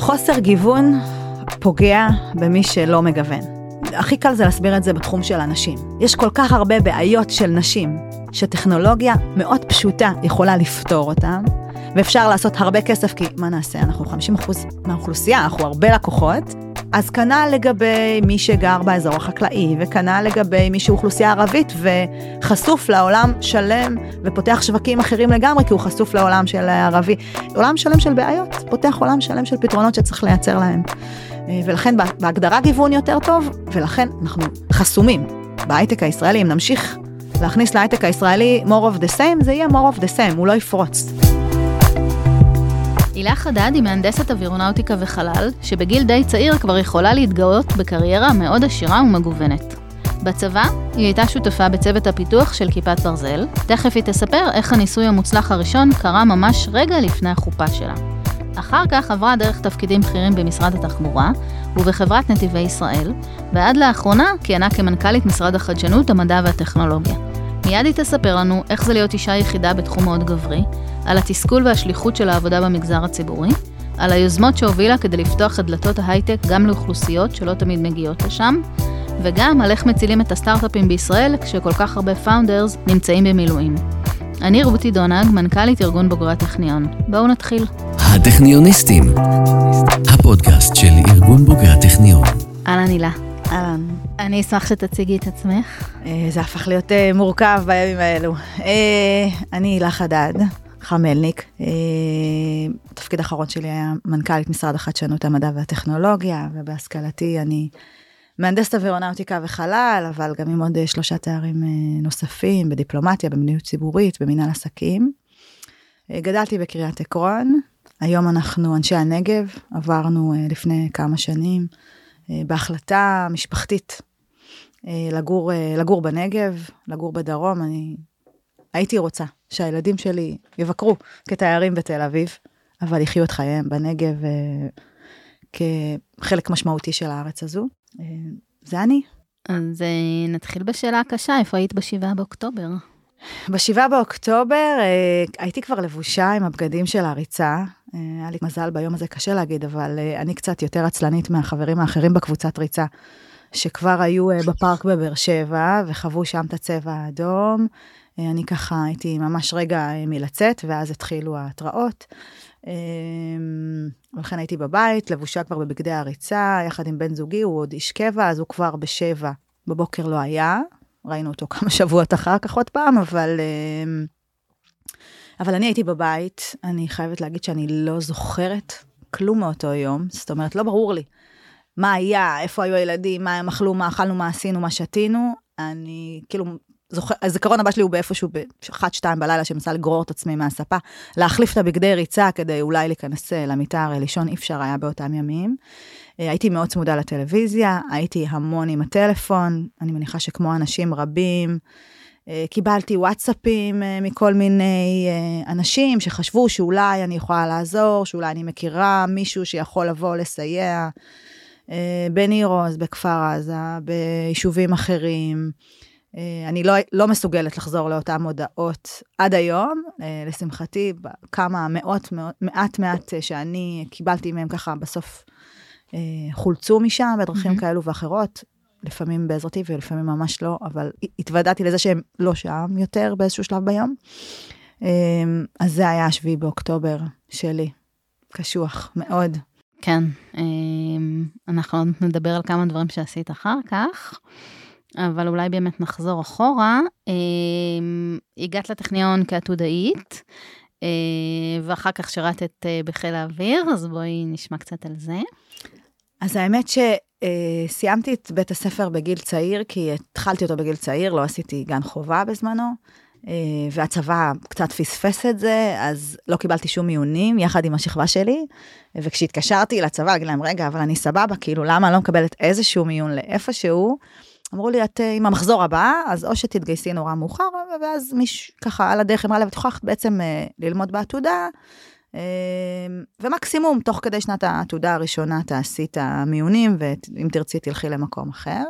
חוסר גיוון פוגע במי שלא מגוון. הכי קל זה להסביר את זה בתחום של אנשים. יש כל כך הרבה בעיות של נשים, שטכנולוגיה מאוד פשוטה יכולה לפתור אותם, ואפשר לעשות הרבה כסף, כי מה נעשה? אנחנו 50% מהאוכלוסייה, אנחנו הרבה לקוחות, אז כנ"ל לגבי מי שגר באזור החקלאי, וכנ"ל לגבי מי שאוכלוסייה ערבית, וחשוף לעולם שלם, ופותח שווקים אחרים לגמרי, כי הוא חשוף לעולם של ערבי. עולם שלם של בעיות, פותח עולם שלם של פתרונות שצריך לייצר להם. ולכן בהגדרה גיוון יותר טוב, ולכן אנחנו חסומים. בהייטק הישראלי, אם נמשיך להכניס להייטק הישראלי more of the same, זה יהיה more of the same, הוא לא יפרוץ. הילה חדד היא מהנדסת אווירונאוטיקה וחלל, שבגיל די צעיר כבר יכולה להתגאות בקריירה מאוד עשירה ומגוונת. בצבא, היא הייתה שותפה בצוות הפיתוח של כיפת ברזל. תכף היא תספר איך הניסוי המוצלח הראשון קרה ממש רגע לפני החופה שלה. אחר כך עברה דרך תפקידים בכירים במשרד התחבורה ובחברת נתיבי ישראל, ועד לאחרונה כיהנה כמנכ"לית משרד החדשנות, המדע והטכנולוגיה. מיד היא תספר לנו איך זה להיות אישה יחידה בתחום מאוד גברי, על התסכול והשליחות של העבודה במגזר הציבורי, על היוזמות שהובילה כדי לפתוח את דלתות ההייטק גם לאוכלוסיות שלא תמיד מגיעות לשם, וגם על איך מצילים את הסטארט-אפים בישראל כשכל כך הרבה פאונדרס נמצאים במילואים. אני רותי דונג, מנכ"לית ארגון בוגרי הטכניון. בואו נתחיל. הטכניוניסטים, הפודקאסט של ארגון בוגרי הטכניון. אהלן הילה. אהלן. אני אשמח שתציגי את עצמך. זה הפך להיות מורכב בימים האלו. אני הילה חדד, חמלניק. התפקיד האחרון שלי היה מנכ"לית משרד החדשנות, המדע והטכנולוגיה, ובהשכלתי אני מהנדסת אווירונאוטיקה וחלל, אבל גם עם עוד 3 תארים נוספים, בדיפלומטיה, במדיניות ציבורית, במנהל עסקים. גדלתי בקריית עקרון, היום אנחנו אנשי הנגב, עברנו לפני כמה שנים, בהחלטה משפחתית, לגור בנגב, לגור בדרום. אני הייתי רוצה שהילדים שלי יבקרו כתיירים בתל אביב, אבל יחיו את חייהם בנגב כחלק משמעותי של הארץ הזו. זה אני. אז נתחיל בשאלה הקשה, איפה היית ב7 באוקטובר? ב7 באוקטובר הייתי כבר לבושה עם הבגדים של הריצה, היה לי מזל ביום הזה, קשה להגיד, אבל אני קצת יותר עצלנית מהחברים האחרים בקבוצת ריצה, שכבר היו בפארק בבאר שבע, וחוו שם את הצבע האדום. אני ככה הייתי ממש רגע מלצאת, ואז התחילו ההתראות. ולכן הייתי בבית, לבושה כבר בבגדי הריצה, יחד עם בן זוגי, הוא עוד איש קבע, אז הוא כבר ב7 בבוקר לא היה. ראינו אותו כמה שבועות אחר כך עוד פעם, אבל אני הייתי בבית. אני חייבת להגיד שאני לא זוכרת כלום מאותו יום, זאת אומרת, לא ברור לי מה היה, איפה היו הילדים, מה הם אכלו, מה אכלנו, מה עשינו, מה שתינו. אני כאילו הזיכרון הבא שלי הוא באיפשהו ב1-2 בלילה, שמנסה לגרור את עצמי מהספה, להחליף את הבגדי ריצה, כדי אולי להיכנס למיטה, לישון, אי אפשר היה באותם ימים. הייתי מאוד צמודה לטלוויזיה, הייתי המון עם הטלפון, אני מניחה שכמו אנשים רבים, קיבלתי וואטסאפים מכל מיני אנשים שחשבו שאולי אני יכולה לעזור, שאולי אני מכירה מישהו שיכול לבוא לסייע, בני רוז, בכפר עזה, ביישובים אחרים. אני לא מסוגלת לחזור לאותן הודעות עד היום, לשמחתי, כמה מעט שאני קיבלתי מהם ככה בסוף, חולצו משם בדרכים כאלו ואחרות, לפעמים בעזרתי ולפעמים ממש לא, אבל התוודעתי לזה שהם לא שם יותר באיזשהו שלב ביום. אז זה היה 7 באוקטובר שלי, קשוח מאוד. כן, אנחנו נדבר על כמה דברים שעשית אחר כך, אבל אולי באמת נחזור אחורה. הגעת לטכניון כעתודאית, ואחר כך שירתת בחיל האוויר, אז בואי נשמע קצת על זה. אז האמת שסיימתי את בית הספר בגיל צעיר, כי התחלתי אותו בגיל צעיר, לא עשיתי גן חובה בזמנו, והצבא קצת פספס את זה, אז לא קיבלתי שום מיונים יחד עם השכבה שלי, וכשהתקשרתי לצבא, אגיד להם, רגע, אבל אני סבבה, כאילו למה אני לא מקבלת איזשהו מיון לאיפשהו, אמרו לי, את עם המחזור הבא, אז או שתתגייסי נורא מאוחר, ואז ככה על הדרך אמרה לה, ותוכחת בעצם ללמוד בעתודה, ומקסימום, תוך כדי שנת העתודה הראשונה, תעשי את המיונים, ואם תרצי תלכי למקום אחר.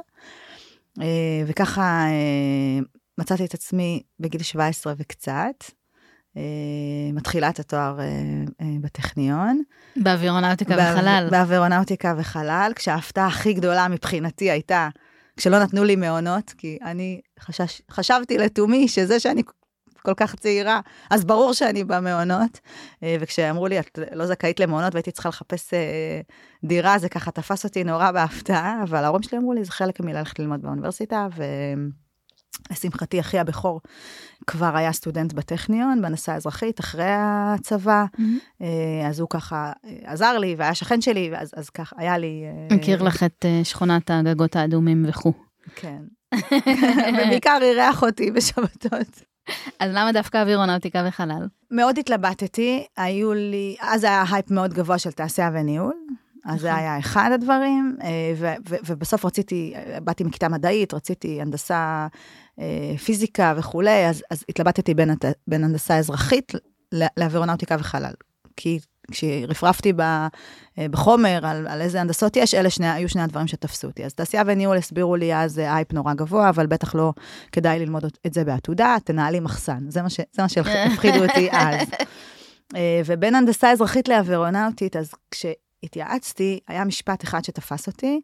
וככה מצאתי את עצמי בגיל 17 וקצת, מתחילה את התואר בטכניון. באווירונאוטיקה וחלל. באווירונאוטיקה וחלל, כשההפתעה הכי גדולה מבחינתי הייתה, כשלא נתנו לי מעונות, כי אני חשבתי לתומי שזה שאני כל כך צעירה, אז ברור שאני במעונות, וכשאמרו לי, את לא זכאית למעונות, והייתי צריכה לחפש דירה, זה ככה תפס אותי נורא בהפתעה, אבל ההורים שלי אמרו לי, זה חלק מללכת ללמוד באוניברסיטה, ולשמחתי, אחי הבכור כבר היה סטודנט בטכניון, בהנדסה אזרחית, אחרי הצבא, אז הוא ככה עזר לי, והיה שכן שלי, אז ככה היה לי... מכיר לך את שכונת הגגות האדומים וכו'. כן. ובעיקר אירח אותי בשבתות. אז למה דווקא אווירונאוטיקה וחלל? מאוד התלבטתי, היו לי, אז היה הייפ מאוד גבוה של תעשייה וניהול, אז זה היה אחד הדברים, ובסוף באתי מכיתה מדעית, רציתי הנדסה, פיזיקה וכולי, אז התלבטתי בין הנדסה אזרחית לאווירונאוטיקה וחלל. כי כשרפרפתי בחומר על איזה הנדסות יש, היו שני הדברים שתפסו אותי. אז תעשייה וניהול הסבירו לי אז הייפ נורא גבוה, אבל בטח לא כדאי ללמוד את זה בעתודה, תנהלי מחסן. זה מה שהפחידו אותי אז. ובין הנדסה אזרחית לאווירונאוטית, אז כשהתייעצתי, היה משפט אחד שתפס אותי,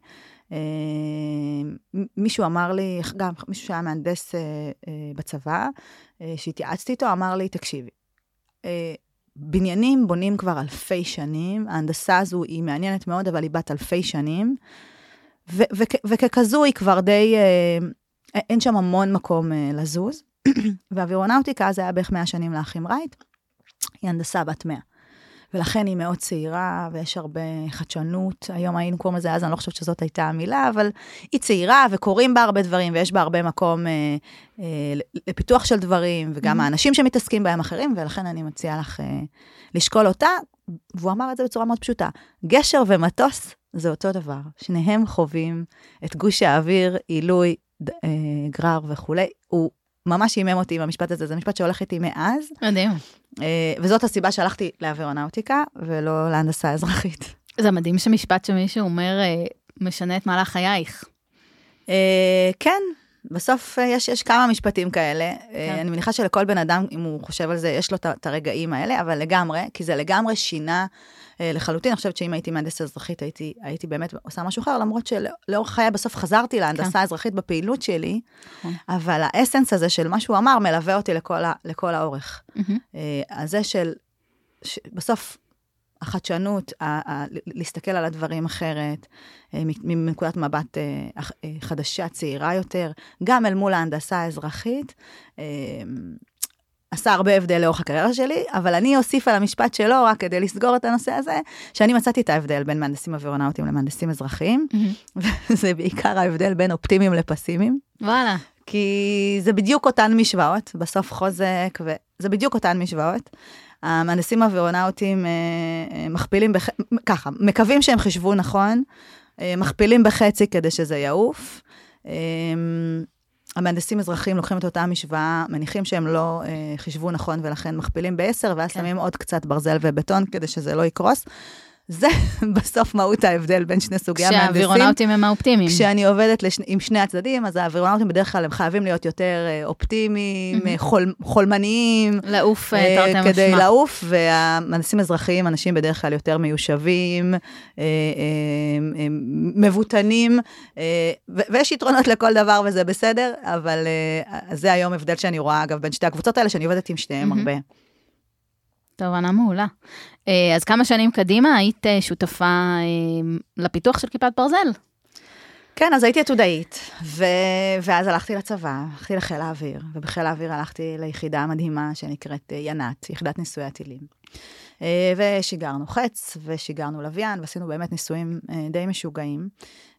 מישהו אמר לי, גם מישהו שהיה מהנדס בצבא, שהתייעצתי איתו, אמר לי, תקשיבי, בניינים בונים כבר אלפי שנים, ההנדסה הזו היא מעניינת מאוד, אבל היא בת אלפי שנים, וככזו היא כבר די, אין שם המון מקום לזוז, והאווירונאוטיקה זה היה בערך 100 שנים לאחים רייט, היא הנדסה בת 100. ולכן היא מאוד צעירה, ויש הרבה חדשנות, היום היינו קוראים לזה, אז אני לא חושבת שזאת הייתה המילה, אבל היא צעירה, וקוראים בה הרבה דברים, ויש בה הרבה מקום לפיתוח של דברים, וגם האנשים שמתעסקים בהם אחרים, ולכן אני מציעה לך לשקול אותה, והוא אמר את זה בצורה מאוד פשוטה, גשר ומטוס זה אותו דבר, שניהם חווים את גוש האוויר, עילוי, גרר וכולי, הוא ממש יימם אותי עם המשפט הזה, זה משפט שהולך איתי מאז. מדהים. וזאת הסיבה שהלכתי לאווירונאוטיקה, ולא להנדסה אזרחית. זה מדהים שמשפט שמישהו אומר, משנה את מהלך חייך. כן, בסוף יש כמה משפטים כאלה. אני מניחה שלכל בן אדם, אם הוא חושב על זה, יש לו את הרגעים האלה, אבל לגמרי, כי זה לגמרי שינה לחלוטין. אני חושבת שאם הייתי מהנדסה אזרחית, הייתי באמת עושה משהו אחר, למרות שלאורך חיי בסוף חזרתי להנדסה אזרחית בפעילות שלי, אבל האסנס הזה של מה שהוא אמר, מלווה אותי לכל האורך. אז זה בסוף החדשנות, להסתכל על הדברים אחרת, מנקודת מבט חדשה, צעירה יותר, גם אל מול ההנדסה האזרחית, עשה הרבה הבדל לאורך הקריירה שלי, אבל אני אוסיף על המשפט שלו, רק כדי לסגור את הנושא הזה, שאני מצאתי את ההבדל בין מהנדסים אווירונאוטיים למהנדסים אזרחיים, וזה בעיקר ההבדל בין אופטימיים לפסימיים. וואלה. כי זה בדיוק אותן משוואות, בסוף חוזק, וזה בדיוק אותן משוואות. המהנדסים האווירונאוטיים מכפילים, ככה, מקווים שהם חישבו נכון, מכפילים בחצי כדי שזה יעוף. המהנדסים אזרחיים לוקחים את אותה משוואה, מניחים שהם לא חישבו נכון, ולכן מכפילים ב10, ואז שמים עוד קצת ברזל ובטון, כדי שזה לא יקרוס. זה בסוף מהות ההבדל בין שני סוגי המהנדסים. כשהאווירונאוטים הם האופטימיים. כשאני עובדת עם שני הצדדים, אז האווירונאוטים בדרך כלל הם חייבים להיות יותר אופטימיים, חולמניים. לעוף תרתי משמע. כדי לעוף, והמהנדסים אזרחיים, אנשים בדרך כלל יותר מיושבים, מבוטנים, ויש יתרונות לכל דבר וזה בסדר, אבל זה היום הבדל שאני רואה, אגב, בין שתי הקבוצות האלה, שאני עובדת עם שניהם הרבה. טוב, ענה מעולה. אז כמה שנים קדימה היית שותפה לפיתוח של כיפת ברזל? כן, אז הייתי עתודאית, ואז הלכתי לצבא, הלכתי לחיל האוויר, ובחיל האוויר הלכתי ליחידה המדהימה שנקראת ינת, יחידת ניסוי הטילים. ושיגרנו חץ, ושיגרנו לוויין, ועשינו באמת ניסויים די משוגעים.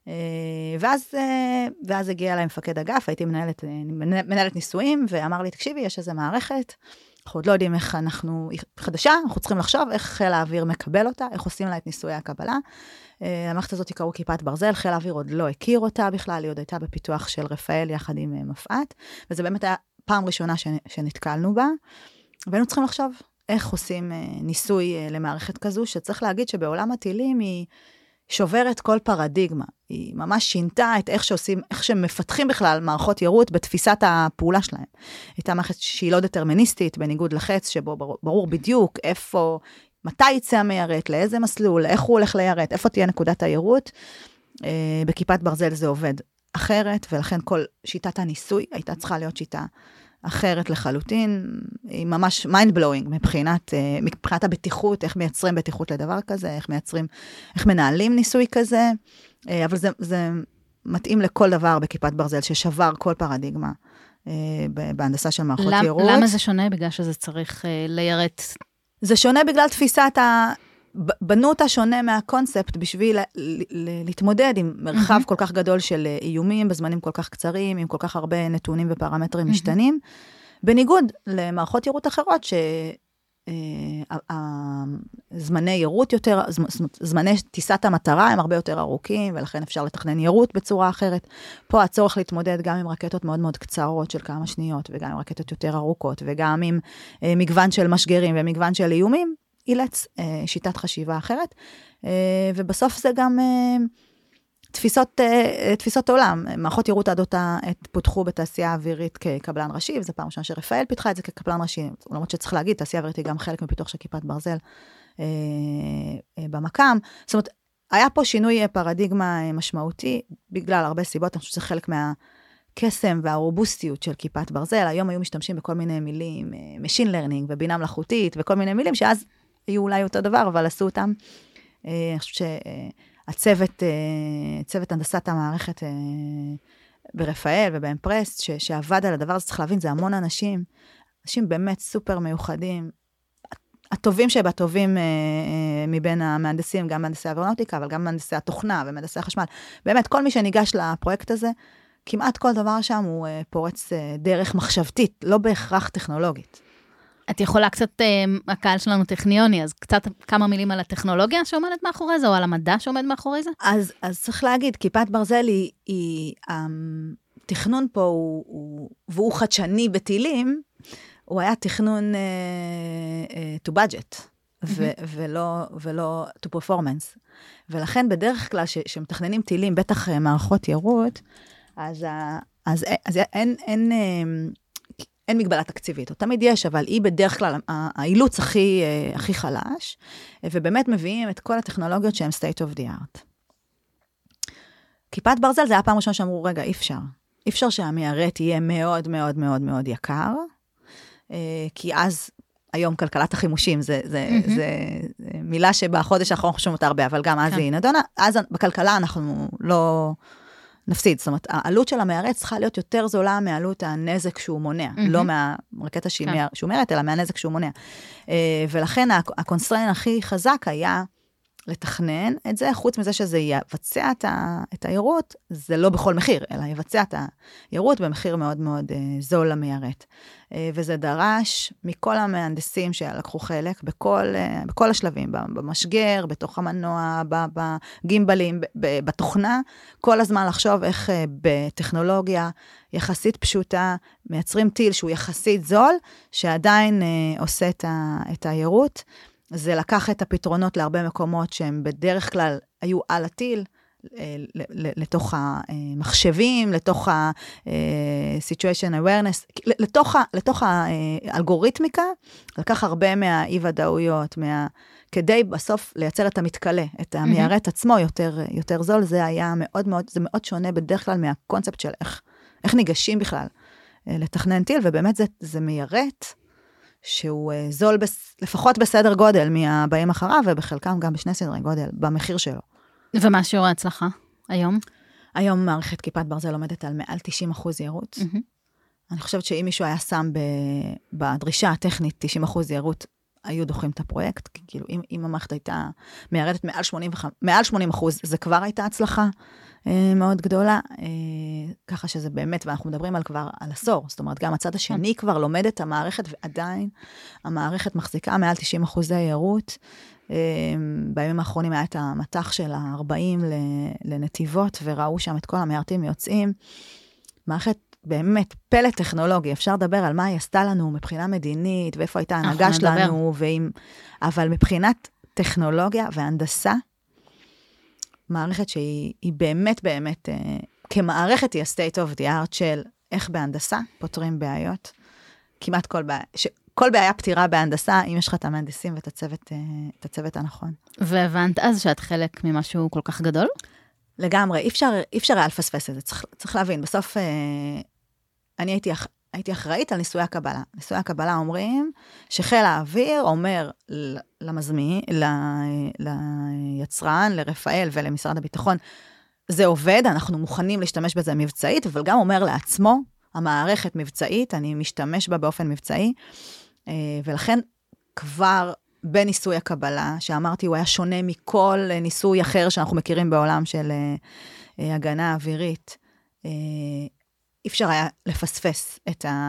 ואז הגיע אליי מפקד אגף, הייתי מנהלת ניסויים, ואמר לי, תקשיבי, יש איזו מערכת, אנחנו עוד לא יודעים איך היא חדשה, אנחנו צריכים לחשוב איך חיל האוויר מקבל אותה, איך עושים לה את ניסויי הקבלה. המערכת הזאת קראו כיפת ברזל, חיל האוויר עוד לא הכיר אותה בכלל, היא עוד הייתה בפיתוח של רפאל יחד עם מפעת, וזה באמת היה פעם ראשונה שנתקלנו בה, והיינו צריכים לחשוב איך עושים ניסוי למערכת כזו, שצריך להגיד שבעולם הטילים היא שוברת כל פרדיגמה. היא ממש שינתה את איך שמפתחים בכלל מערכות יירוט בתפיסת הפעולה שלהם. הייתה מערכת שהיא לא דטרמיניסטית, בניגוד לחץ, שבו ברור בדיוק איפה, מתי יצא המיירט, לאיזה מסלול, איך הוא הולך ליירט, איפה תהיה נקודת היירוט. בכיפת ברזל זה עובד אחרת, ולכן כל שיטת הניסוי הייתה צריכה להיות שיטה אחרת לחלוטין, היא ממש mind blowing מבחינת הבטיחות, איך מייצרים בטיחות לדבר כזה, איך מנהלים ניסוי כזה, אבל זה מתאים לכל דבר בכיפת ברזל, ששבר כל פרדיגמה בהנדסה של מערכות יירוט. למה זה שונה? בגלל שזה צריך ליירט? זה שונה בגלל תפיסת בנו אותה שונה מהקונספט בשביל להתמודד עם מרחב כל כך גדול של איומים, בזמנים כל כך קצרים, עם כל כך הרבה נתונים ופרמטרים משתנים, בניגוד למערכות יירוט אחרות, זמני יירוט יותר, זמני טיסת המטרה הם הרבה יותר ארוכים, ולכן אפשר לתכנן יירוט בצורה אחרת. פה הצורך להתמודד גם עם רקטות מאוד מאוד קצרות של כמה שניות, וגם עם רקטות יותר ארוכות, וגם עם מגוון של משגרים ומגוון של איומים, אילץ שיטת חשיבה אחרת, ובסוף זה גם תפיסות עולם. מערכות יירוט עד אותה פותחו בתעשייה האווירית כקבלן ראשי, וזה פעם ראשונה שרפאל פיתחה את זה כקבלן ראשי, למרות שצריך להגיד, תעשייה האווירית היא גם חלק מפיתוח של כיפת ברזל במקם. זאת אומרת, היה פה שינוי פרדיגמה משמעותי, בגלל הרבה סיבות, אני חושב שזה חלק מהקסם והרובוסטיות של כיפת ברזל. היום היו משתמשים בכל מיני מילים, machine learning ובינה מלאכותית, וכל מיני מילים שאז היו אולי אותו דבר, אבל עשו אותם. אני חושבת צוות הנדסת המערכת ברפאל ובאמפרס, שעבד על הדבר הזה, צריך להבין, זה המון אנשים באמת סופר מיוחדים, הטובים שבטובים מבין המהנדסים, גם מהנדסי האווירונאוטיקה, אבל גם מהנדסי התוכנה ומהנדסי החשמל. באמת, כל מי שניגש לפרויקט הזה, כמעט כל דבר שם הוא פורץ דרך מחשבתית, לא בהכרח טכנולוגית. את יכולה קצת, הקהל שלנו טכניוני, אז קצת כמה מילים על הטכנולוגיה שעומדת מאחורי זה, או על המדע שעומד מאחורי זה? אז צריך להגיד, כיפת ברזל התכנון פה, והוא חדשני בטילים, הוא היה תכנון to budget, ולא to performance. ולכן בדרך כלל שמתכננים טילים, בטח מערכות יירוט, אז אין מגבלה תקציבית, או תמיד יש, אבל היא בדרך כלל האילוץ הכי חלש, ובאמת מביאים את כל הטכנולוגיות שהן state of the art. כיפת ברזל זה היה פעם ראשונה שאמרו, רגע, אי אפשר שהמיירט יהיה מאוד מאוד מאוד מאוד יקר, כי אז היום כלכלת החימושים, זה מילה שבחודש האחרון חושבים אותה הרבה, אבל גם אז היא נדונה, אז בכלכלה אנחנו לא נפסיד, זאת אומרת, העלות של המיירט צריכה להיות יותר זולה מעלות הנזק שהוא מונע, לא מהרקטה שהוא מיירט, אלא מהנזק שהוא מונע. ולכן הקונסטריין הכי חזק היה לתכנן את זה, חוץ מזה שזה יבצע את היירוט, זה לא בכל מחיר, אלא יבצע את היירוט במחיר מאוד מאוד זול למיירט. וזה דרש מכל המהנדסים שלקחו חלק, בכל השלבים, במשגר, בתוך המנוע, בגימבלים, בתוכנה, כל הזמן לחשוב איך בטכנולוגיה יחסית פשוטה, מייצרים טיל שהוא יחסית זול, שעדיין עושה את היירוט. זה לקח את הפתרונות להרבה מקומות שהם בדרך כלל היו על הטיל, לתוך המחשבים, לתוך ה-situation awareness, לתוך האלגוריתמיקה, לקח הרבה מהאי-ודאויות, כדי בסוף לייצר את המתקלה, את המיירט עצמו יותר זול, זה היה זה מאוד שונה בדרך כלל מהקונספט של איך ניגשים בכלל לתכנן טיל, ובאמת זה מיירט, שהוא זול לפחות בסדר גודל מהבאים אחריו, ובחלקם גם בשני סדרי גודל, במחיר שלו. ומה שיעור ההצלחה היום? היום מערכת כיפת ברזל עומדת על מעל 90% יירוט. אני חושבת שאם מישהו היה שם בדרישה הטכנית 90% יירוט, היו דוחים את הפרויקט, כאילו אם המערכת הייתה מיירטת מעל 80%, זה כבר הייתה הצלחה מאוד גדולה, ככה שזה באמת, ואנחנו מדברים כבר על עשור, זאת אומרת, גם הצד השני כבר לומד את המערכת, ועדיין המערכת מחזיקה מעל 90% יירוט. בימים האחרונים היה את המתח של ה-40 לנתיבות, וראו שם את כל המיירטים יוצאים. מערכת באמת פלא טכנולוגי, אפשר לדבר על מה היא עשתה לנו מבחינה מדינית, ואיפה הייתה ההנהגה שלנו, אבל מבחינת טכנולוגיה והנדסה, מערכת שהיא באמת, באמת, כמערכת היא ה-state of the art של איך בהנדסה פותרים בעיות. כמעט כל בעיה פתירה בהנדסה, אם יש לך את המהנדסים ואת הצוות הנכון. והבנת אז שאת חלק ממשהו כל כך גדול? לגמרי, אי אפשר היה לפספס את זה, צריך להבין. בסוף, אני הייתי אחראית על ניסוי הקבלה. ניסוי הקבלה אומרים שחיל האוויר אומר ליצרן, לרפאל ולמשרד הביטחון, זה עובד, אנחנו מוכנים להשתמש בזה מבצעית, אבל גם אומר לעצמו, המערכת מבצעית, אני משתמש בה באופן מבצעי, ולכן כבר בניסוי הקבלה, שאמרתי, הוא היה שונה מכל ניסוי אחר שאנחנו מכירים בעולם של הגנה אווירית, אי אפשר היה לפספס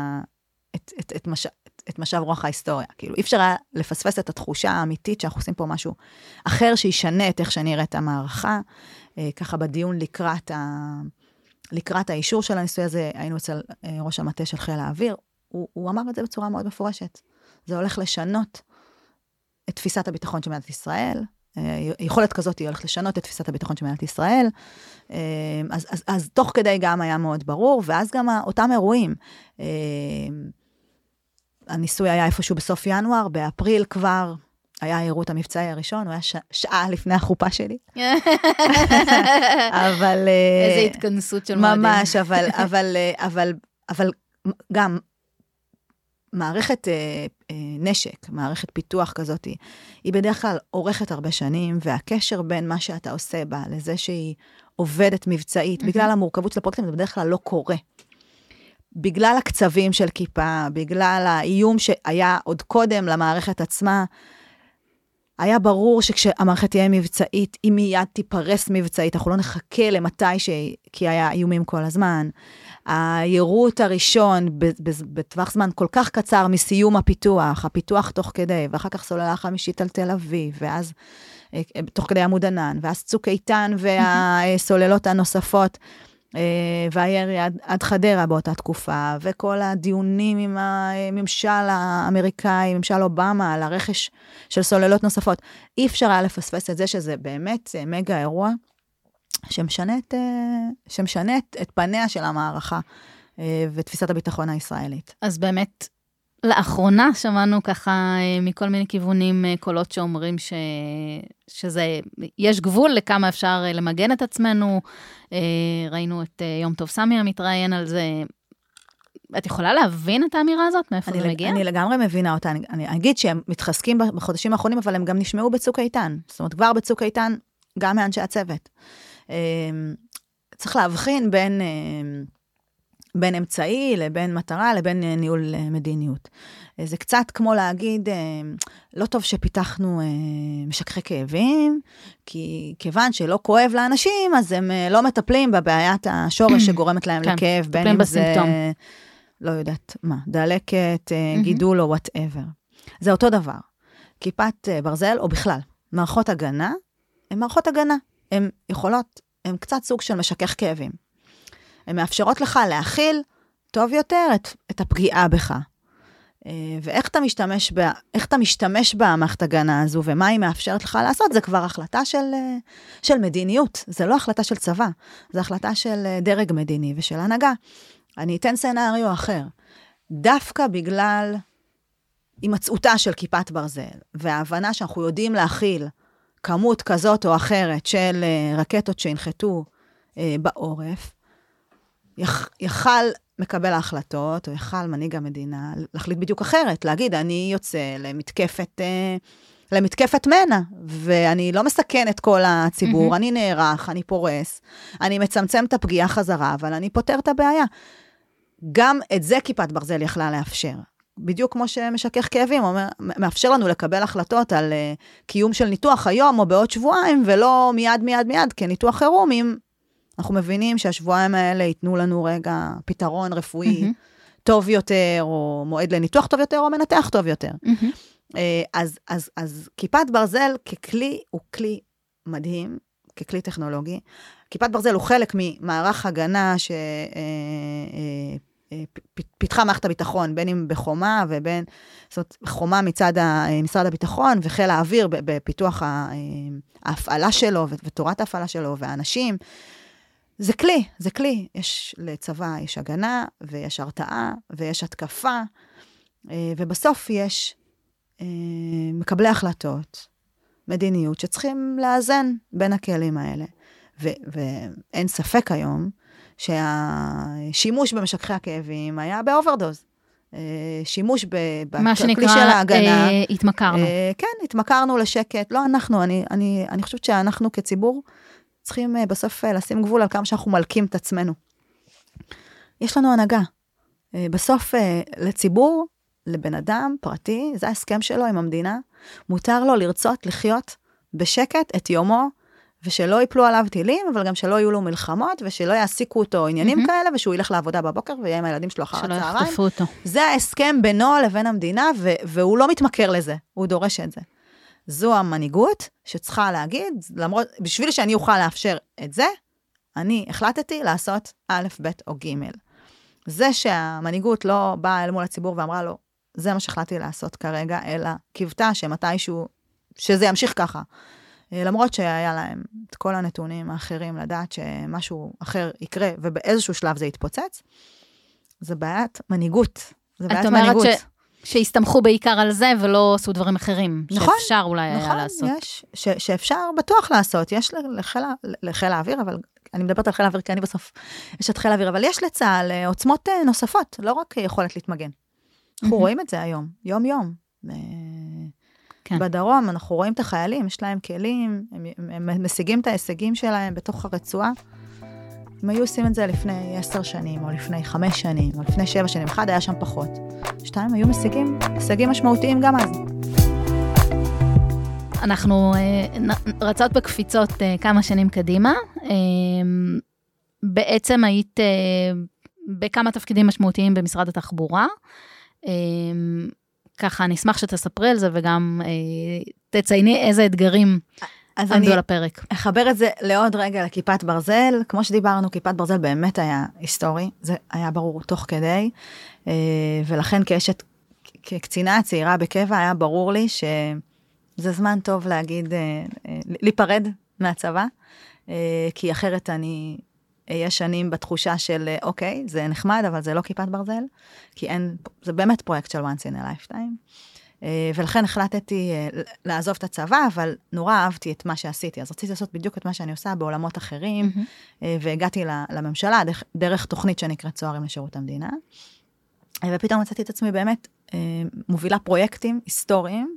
את משאב רוח ההיסטוריה. כאילו, אי אפשר היה לפספס את התחושה האמיתית שאנחנו עושים פה משהו אחר שישנה את איך שנראה את המערכה. ככה בדיון לקראת האישור של הניסוי הזה, היינו אצל ראש המטה של חיל האוויר, הוא אמר את זה בצורה מאוד מפורשת. זה הולך לשנות את תפיסת הביטחון של מדינת ישראל, יכולת כזאת היא הולכת לשנות את תפיסת הביטחון של מדינת ישראל, אז תוך כדי גם היה מאוד ברור, ואז גם אותם אירועים, הניסוי היה איפשהו בסוף ינואר, באפריל כבר היה העירות המבצעי הראשון, הוא היה שעה לפני החופה שלי. אבל... איזו התכנסות של מועדים. ממש, אבל גם מערכת נשק, מערכת פיתוח כזאת, היא בדרך כלל עורכת הרבה שנים, והקשר בין מה שאתה עושה בה, לזה שהיא עובדת מבצעית, בגלל המורכבות של הפרויקטים, זה בדרך כלל לא קורה. בגלל הקצבים של כיפה, בגלל האיום שהיה עוד קודם למערכת עצמה, היה ברור שכשהמערכת תהיה מבצעית, היא מיד תיפרס מבצעית, אנחנו לא נחכה למתי כי היה איומים כל הזמן. היירוט הראשון בטווח זמן כל כך קצר מסיום הפיתוח תוך כדי, ואחר כך סוללה חמישית על תל אביב, ואז תוך כדי עמוד ענן, ואז צוק איתן והסוללות הנוספות, והירי עד חדרה באותה תקופה, וכל הדיונים עם הממשל האמריקאי, ממשל אובמה, על הרכש של נוספות. אי אפשר היה לפספס את זה שזה באמת מגה אירוע, שמשנה את פניה של המערכה, ותפיסת הביטחון הישראלית. אז באמת, לאחרונה שמענו ככה מכל מיני כיוונים קולות שאומרים יש גבול לכמה אפשר למגן את עצמנו, ראינו את יום טוב סמי המתראיין על זה, את יכולה להבין את האמירה הזאת? מאיפה זה מגיע? אני לגמרי מבינה אותה, אני אגיד שהם מתחזקים בחודשים האחרונים, אבל הם גם נשמעו בצוק איתן, זאת אומרת כבר בצוק איתן, גם מאנשי הצוות. צריך להבחין בין אמצעי לבין מטרה, לבין ניהול מדיניות. זה קצת כמו להגיד, לא טוב שפיתחנו משככי כאבים, כי כיוון שלא כואב לאנשים, אז הם לא מטפלים בבעיית השורש שגורמת להם לכאב, בין אם זה, לא יודעת מה, דלקת, גידול או whatever. זה אותו דבר. כיפת ברזל, או בכלל, מערכות הגנה, הן מערכות הגנה. הן יכולות, הן קצת סוג של משכך כאבים. הן מאפשרות לך להכיל טוב יותר את הפגיעה בך. ואיך אתה משתמש במערכת הגנה הזו, ומה היא מאפשרת לך לעשות, זה כבר החלטה של מדיניות. זה לא החלטה של צבא, זה החלטה של דרג מדיני ושל הנהגה. אני אתן סנריו אחר. דווקא בגלל הימצאותה של כיפת ברזל, וההבנה שאנחנו יודעים להכיל כמות כזאת או אחרת של רקטות שהנחתו בעורף, יכל מקבל ההחלטות, או יכל מנהיג המדינה, להחליט בדיוק אחרת, להגיד, אני יוצא למתקפת מנע, ואני לא מסכן את כל הציבור, אני נערך, אני פורס, אני מצמצם את הפגיעה חזרה, אבל אני פותר את הבעיה. גם את זה כיפת ברזל יכלה לאפשר. בדיוק כמו שמשכך כאבים, מאפשר לנו לקבל החלטות על קיום של ניתוח היום או בעוד שבועיים, ולא מיד, כניתוח חירום, אם אנחנו מבינים שהשבועיים האלה ייתנו לנו רגע פתרון רפואי טוב יותר, או מועד לניתוח טוב יותר, או מנתח טוב יותר. אז כיפת ברזל ככלי, הוא כלי מדהים, ככלי טכנולוגי. כיפת ברזל הוא חלק ממערך הגנה פיתחה מערכת הביטחון, בין אם בחומה ובין, זאת אומרת, חומה מצד משרד הביטחון, וחיל האוויר בפיתוח ההפעלה שלו, ותורת ההפעלה שלו, והאנשים. זה כלי. יש לצבא, יש הגנה, ויש הרתעה, ויש התקפה, ובסוף יש מקבלי החלטות, מדיניות, שצריכים לאזן בין הכלים האלה. ואין ספק היום, שהשימוש במשככי הכאבים היה באוברדוז. שימוש בכלי של ההגנה. התמכרנו. כן, התמכרנו לשקט. לא אנחנו, אני חושבת שאנחנו כציבור, צריכים בסוף לשים גבול על כמה שאנחנו מלכים את עצמנו. יש לנו הנהגה. בסוף לציבור, לבן אדם פרטי, זה ההסכם שלו עם המדינה, מותר לו לרצות לחיות בשקט את יומו, ושלא ייפלו עליו טילים, אבל גם שלא יהיו לו מלחמות, ושלא יעסיקו אותו עניינים כאלה, ושהוא ילך לעבודה בבוקר, ויהיה עם הילדים שלו אחר הצהריים. שלא יחטפו אותו. זה ההסכם בינו לבין המדינה, והוא לא מתמכר לזה, הוא דורש את זה. זו המנהיגות שצריכה להגיד, למרות, בשביל שאני אוכל לאפשר את זה, אני החלטתי לעשות א', ב' או ג'. זה שהמנהיגות לא באה אל מול הציבור ואמרה לו, זה מה שהחלטתי לעשות כרגע, אלא קיוותה שמתישהו, שזה ימשיך ככה. למרות שהיה להם את כל הנתונים האחרים לדעת שמשהו אחר יקרה, ובאיזשהו שלב זה יתפוצץ, זה בעיית מנהיגות. זה בעיית מנהיגות. את אומרת שהסתמכו בעיקר על זה, ולא עשו דברים אחרים. נכון. שאפשר אולי היה לעשות. נכון, שאפשר בטוח לעשות. יש לחיל האוויר, אבל אני מדברת על חיל האוויר, כי אני בסוף יש את חיל האוויר, אבל יש לצה"ל עוצמות נוספות, לא רק יכולת להתמגן. אנחנו רואים את זה היום, יום-יום. כן. בדרום, אנחנו רואים את החיילים, יש להם כלים, הם משיגים את ההישגים שלהם בתוך הרצועה. הם היו עושים את זה לפני 10 שנים, או לפני 5 שנים, או לפני 7 שנים. אחד היה שם פחות. 2 היו משיגים הישגים משמעותיים גם אז. אנחנו רצות בקפיצות כמה שנים קדימה. בעצם היית בכמה תפקידים משמעותיים במשרד התחבורה. ככה, אני אשמח שתספרי על זה, וגם תצייני איזה אתגרים עמדו על הפרק. אחבר את זה לעוד רגע לכיפת ברזל. כמו שדיברנו, כיפת ברזל באמת היה היסטורי. זה היה ברור תוך כדי. ולכן כקצינה צעירה בקבע, היה ברור לי שזה זמן טוב להגיד, להיפרד מהצבא. כי אחרת אני אהיה שנים בתחושה של, אוקיי, זה נחמד, אבל זה לא כיפת ברזל. כי זה באמת פרויקט של once in a lifetime. ולכן החלטתי לעזוב את הצבא, אבל נורא אהבתי את מה שעשיתי. אז רציתי לעשות בדיוק את מה שאני עושה בעולמות אחרים, והגעתי לממשלה דרך תוכנית שנקראת צוערים לשירות המדינה. ופתאום מצאתי את עצמי באמת מובילה פרויקטים היסטוריים,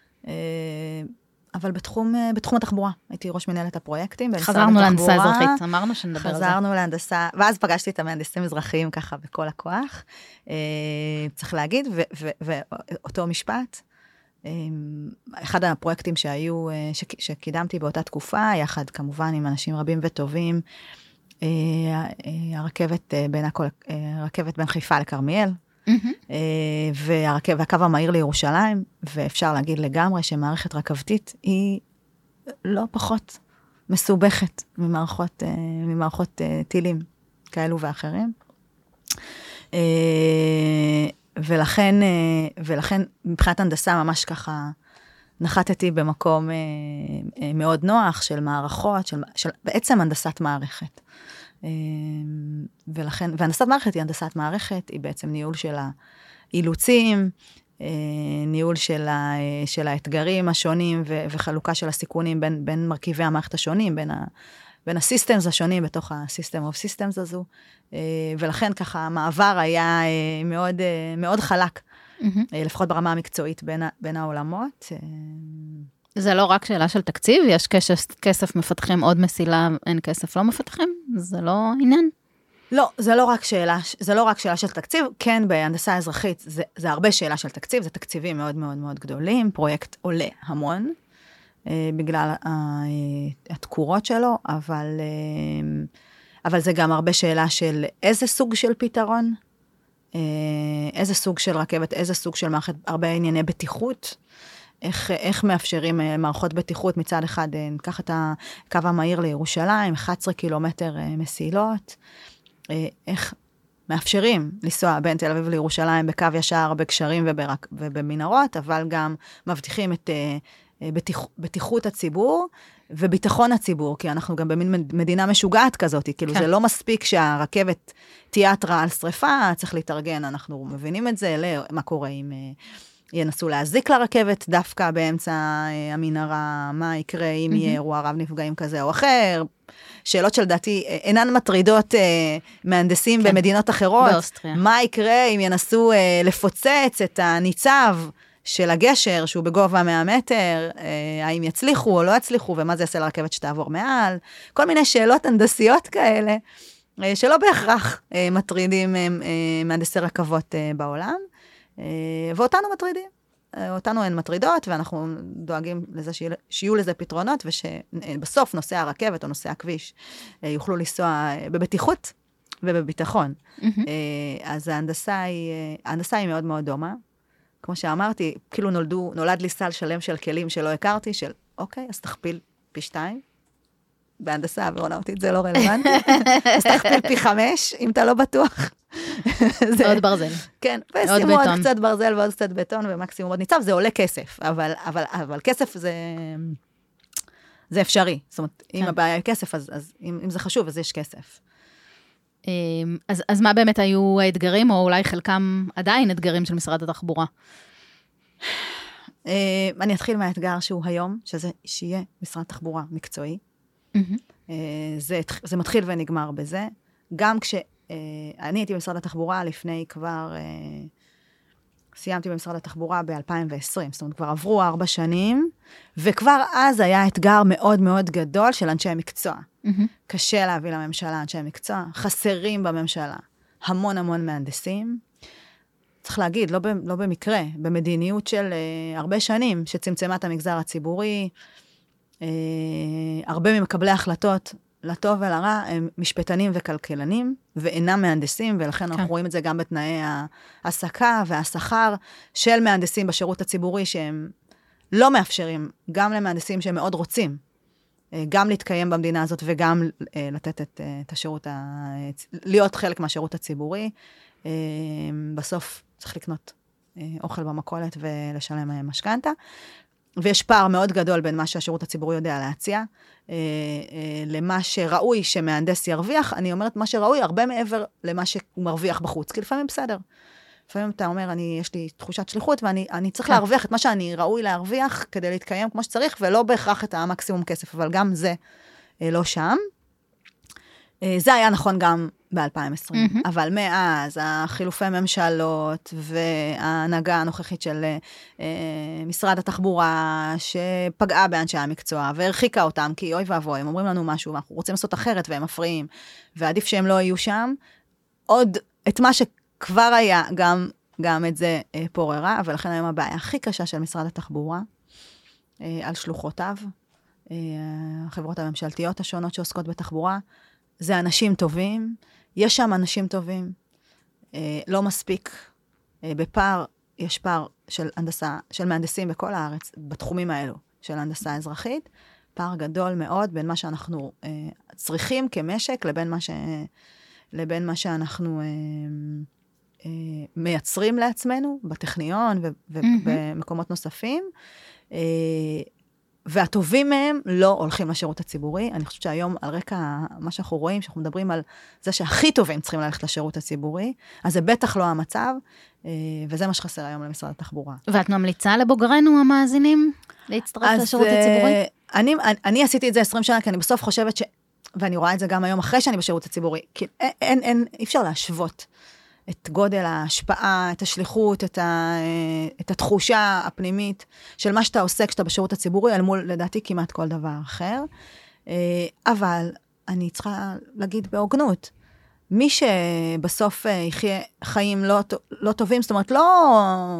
אבל בתחום התחבורה. הייתי ראש מנהלת הפרויקטים. חזרנו להנדסה אזרחית, אמרנו שנדבר על זה. חזרנו להנדסה, ואז פגשתי את המהנדסים אזרחיים ככה בכל הכוח. צריך להגיד, ואותו משפט, אחד הפרויקטים שקידמתי באותה תקופה, יחד כמובן עם אנשים רבים וטובים, הרכבת בין חיפה לכרמיאל, והקו המהיר לירושלים, ואפשר להגיד לגמרי שמערכת רכבתית היא לא פחות מסובכת ממערכות טילים כאלו ואחרים. ולכן מבחינת הנדסה ממש ככה נחתתי במקום מאוד נוח של מערכות, של בעצם הנדסת מערכת. והנדסת מערכת היא הנדסת מערכת, היא בעצם ניהול של האילוצים, ניהול של האתגרים השונים, וחלוקה של הסיכונים בין מרכיבי המערכת השונים, בין הסיסטמס השונים בתוך הסיסטם אוף סיסטמס הזו, ולכן ככה המעבר היה מאוד, מאוד חלק, לפחות ברמה המקצועית בין העולמות. זה לא רק שאלה של תקציב, יש כסף מפתחים עוד מסילה, אין כסף לא מפתחים, זה לא עניין? לא, זה לא רק שאלה של תקציב, כן בהנדסה אזרחית זה הרבה שאלה של תקציב, זה תקציבים מאוד מאוד מאוד גדולים, פרויקט עולה המון, בגלל התקורות שלו, אבל זה גם הרבה שאלה של איזה סוג של פתרון, איזה סוג של רכבת, איזה סוג של מערכת, הרבה ענייני בטיחות, איך מאפשרים מערכות בטיחות מצד אחד, ניקח את הקו המהיר לירושלים, 11 קילומטר מסילות, מאפשרים לנסוע בין תל אביב לירושלים בקו ישר, בקשרים ובמנהרות, אבל גם מבטיחים את בטיחות הציבור וביטחון הציבור, כי אנחנו גם במין מדינה משוגעת כזאת, כאילו זה לא מספיק שהרכבת תהיה התראה על שריפה, צריך להתארגן, אנחנו מבינים את זה, מה קורה אם ינסו להזיק לרכבת דווקא באמצע המנהרה, מה יקרה אם יהיה אירוע רב נפגעים כזה או אחר, שאלות שלדעתי אינן מטרידות מהנדסים במדינות אחרות, מה יקרה אם ינסו לפוצץ את הניצב של הגשר, שהוא בגובה 100 מטר, האם יצליחו או לא יצליחו, ומה זה יעשה לרכבת שתעבור מעל, כל מיני שאלות הנדסיות כאלה, שלא בהכרח מטרידים מהנדסי רכבות בעולם, ואותנו מטרידים. אותנו הן מטרידות, ואנחנו דואגים לזה שיהיו לזה פתרונות, ושבסוף נוסעי הרכבת או נוסעי הכביש יוכלו לנסוע בבטיחות ובביטחון. אז ההנדסה היא מאוד מאוד דומה. כמו שאמרתי, כאילו נולד לי סל שלם של כלים שלא הכרתי, של אוקיי, אז תכפיל פי 2. בהנדסה אווירונאוטית זה לא רלוונטי. אז תכפיל פי 5, אם אתה לא בטוח. עוד ברזל. כן, ושימו עוד קצת ברזל ועוד קצת בטון, ומקסימום עוד ניצב, זה עולה כסף. אבל כסף זה אפשרי. זאת אומרת, אם הבעיה היא כסף, אז אם זה חשוב, אז יש כסף. אז מה באמת היו האתגרים, או אולי חלקם עדיין אתגרים של משרד התחבורה? אני אתחיל מהאתגר שהוא היום, שיהיה משרד תחבורה מקצועי. זה מתחיל ונגמר בזה. גם כשאני הייתי במשרד התחבורה לפני כבר, סיימתי במשרד התחבורה ב-2020, זאת אומרת, כבר עברו 4 שנים, וכבר אז היה אתגר מאוד מאוד גדול של אנשי מקצוע. קשה להביא לממשלה אנשי מקצוע, חסרים בממשלה המון המון מהנדסים. צריך להגיד, לא במקרה, במדיניות של הרבה שנים, שצמצמה את המגזר הציבורי, הרבה ממקבלי החלטות, לטוב ולרע, הם משפטנים וכלכלנים, ואינם מהנדסים, ולכן אנחנו רואים את זה גם בתנאי העסקה והשכר של מהנדסים בשירות הציבורי, שהם לא מאפשרים, גם למהנדסים שהם מאוד רוצים, גם להתקיים במדינה הזאת, וגם לתת את השירות, להיות חלק מהשירות הציבורי. בסוף צריך לקנות אוכל במכולת ולשלם משכנתה. ויש פער מאוד גדול בין מה שהשירות הציבורי יודע להציע, למה שראוי שמהנדס ירוויח. אני אומרת מה שראוי הרבה מעבר למה שהוא מרוויח בחוץ, כי לפעמים בסדר. לפעמים אתה אומר, יש לי תחושת שליחות, ואני צריך להרוויח את מה שאני ראוי להרוויח, כדי להתקיים כמו שצריך, ולא בהכרח את המקסימום כסף, אבל גם זה לא שם. זה היה נכון גם ב-2020, אבל מאז החילופי ממשלות וההנהגה הנוכחית של משרד התחבורה שפגעה באנשי המקצוע והרחיקה אותם, כי אוי ואבוי, הם אומרים לנו משהו ואנחנו רוצים לעשות אחרת והם מפריעים, ועדיף שהם לא יהיו שם. עוד את מה שכבר היה, גם את זה פוררה, ולכן היום הבעיה הכי קשה של משרד התחבורה על שלוחותיו, החברות הממשלתיות השונות שעוסקות בתחבורה, זה אנשים טובים, יש שם אנשים טובים, לא מספיק, בפער, יש פער של הנדסה, של מהנדסים בכל הארץ, בתחומים האלו של הנדסה אזרחית, פער גדול מאוד בין מה שאנחנו צריכים כמשק, לבין מה שאנחנו מייצרים לעצמנו, בטכניון ובמקומות נוספים, והטובים מהם לא הולכים לשירות הציבורי. אני חושבת שהיום על רקע מה שאנחנו רואים, שאנחנו מדברים על זה שהכי טובים צריכים ללכת לשירות הציבורי, אז זה בטח לא המצב, וזה מה שחסר היום למשרד התחבורה. ואת ממליצה לבוגרנו המאזינים להצטרף לשירות הציבורי? אני עשיתי את זה 20 שנה, כי אני בסוף חושבת ואני רואה את זה גם היום אחרי שאני בשירות הציבורי, כי אי אפשר להשוות את גודל ההשפעה, את השליחות, את התחושה הפנימית של מה שאתה עושה כשאתה בשירות הציבורי, אל מול, לדעתי, כמעט כל דבר אחר. אבל אני צריכה להגיד בהוגנות, מי שבסוף יחיה חיים לא טובים, זאת אומרת, לא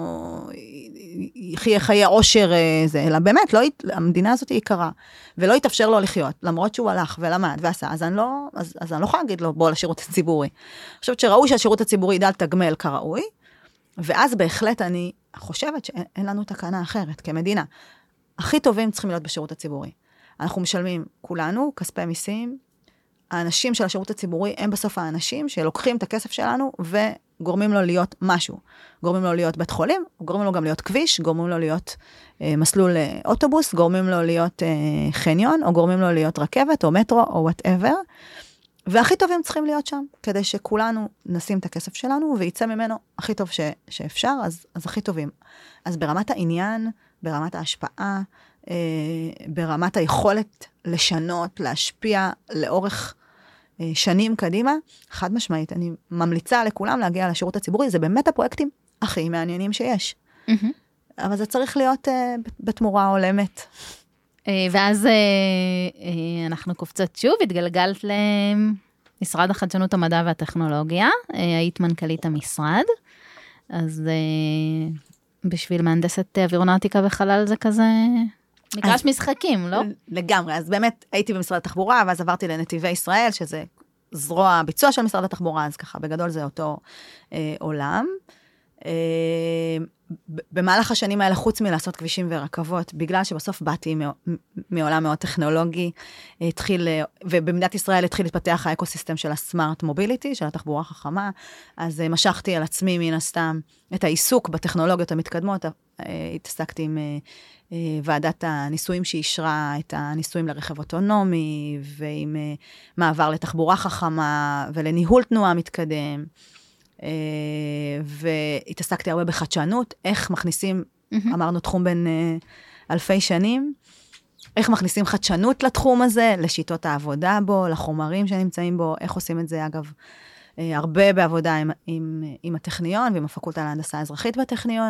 יחיה חיי עושר, אלא באמת, המדינה הזאת היא יקרה, ולא יתאפשר לו לחיות, למרות שהוא הלך ולמד ועשה, אז אני לא יכולה להגיד לו, בוא לשירות הציבורי. אני חושבת שראוי שהשירות הציבורי ידע לתגמל כראוי, ואז בהחלט אני חושבת שאין לנו תקנה אחרת כמדינה. הכי טובים צריכים להיות בשירות הציבורי. אנחנו משלמים כולנו, כספי מיסים, האנשים של השירות הציבורי הם בסוף האנשים שלוקחים את הכסף שלנו וגורמים לו להיות משהו. גורמים לו להיות בית חולים, גורמים לו גם להיות כביש, גורמים לו להיות מסלול אוטובוס, גורמים לו להיות חניון, או גורמים לו להיות רכבת, או מטרו, או whatever. והכי טובים צריכים להיות שם, כדי שכולנו נשים את הכסף שלנו, וייצא ממנו הכי טוב שאפשר, אז הכי טובים. אז ברמת העניין, ברמת ההשפעה, ברמת היכולת לשנות, להשפיע לאורך שנים קדימה, חד משמעית, אני ממליצה לכולם להגיע לשירות הציבורי, זה באמת הפרויקטים הכי מעניינים שיש. אבל זה צריך להיות בתמורה עולמת. ואז אנחנו קופצות שוב, התגלגלת למשרד החדשנות המדע והטכנולוגיה, היית מנכ"לית המשרד, אז בשביל מהנדסת אווירונאוטיקה וחלל זה כזה מגרש משחקים, לא? לגמרי, אז באמת הייתי במשרד התחבורה, ואז עברתי לנתיבי ישראל, שזה זרוע ביצוע של משרד התחבורה, אז ככה בגדול זה אותו עולם. במהלך השנים האלה, חוץ מלעשות כבישים ורכבות, בגלל שבסוף באתי מעולם מאוד טכנולוגי, ובמדינת ישראל התחיל להתפתח האקוסיסטם של הסמארט מוביליטי, של התחבורה החכמה, אז משכתי על עצמי מן הסתם את העיסוק בטכנולוגיות המתקדמות, התעסקתי עם ועדת הניסויים שאישרה את הניסויים לרכב אוטונומי, ועם מעבר לתחבורה חכמה ולניהול תנועה מתקדם, והתעסקתי הרבה בחדשנות, איך מכניסים, אמרנו תחום בין אלפי שנים, איך מכניסים חדשנות לתחום הזה, לשיטות העבודה בו, לחומרים שנמצאים בו, איך עושים את זה אגב, הרבה בעבודה עם הטכניון, ועם הפקולטה להנדסה האזרחית בטכניון,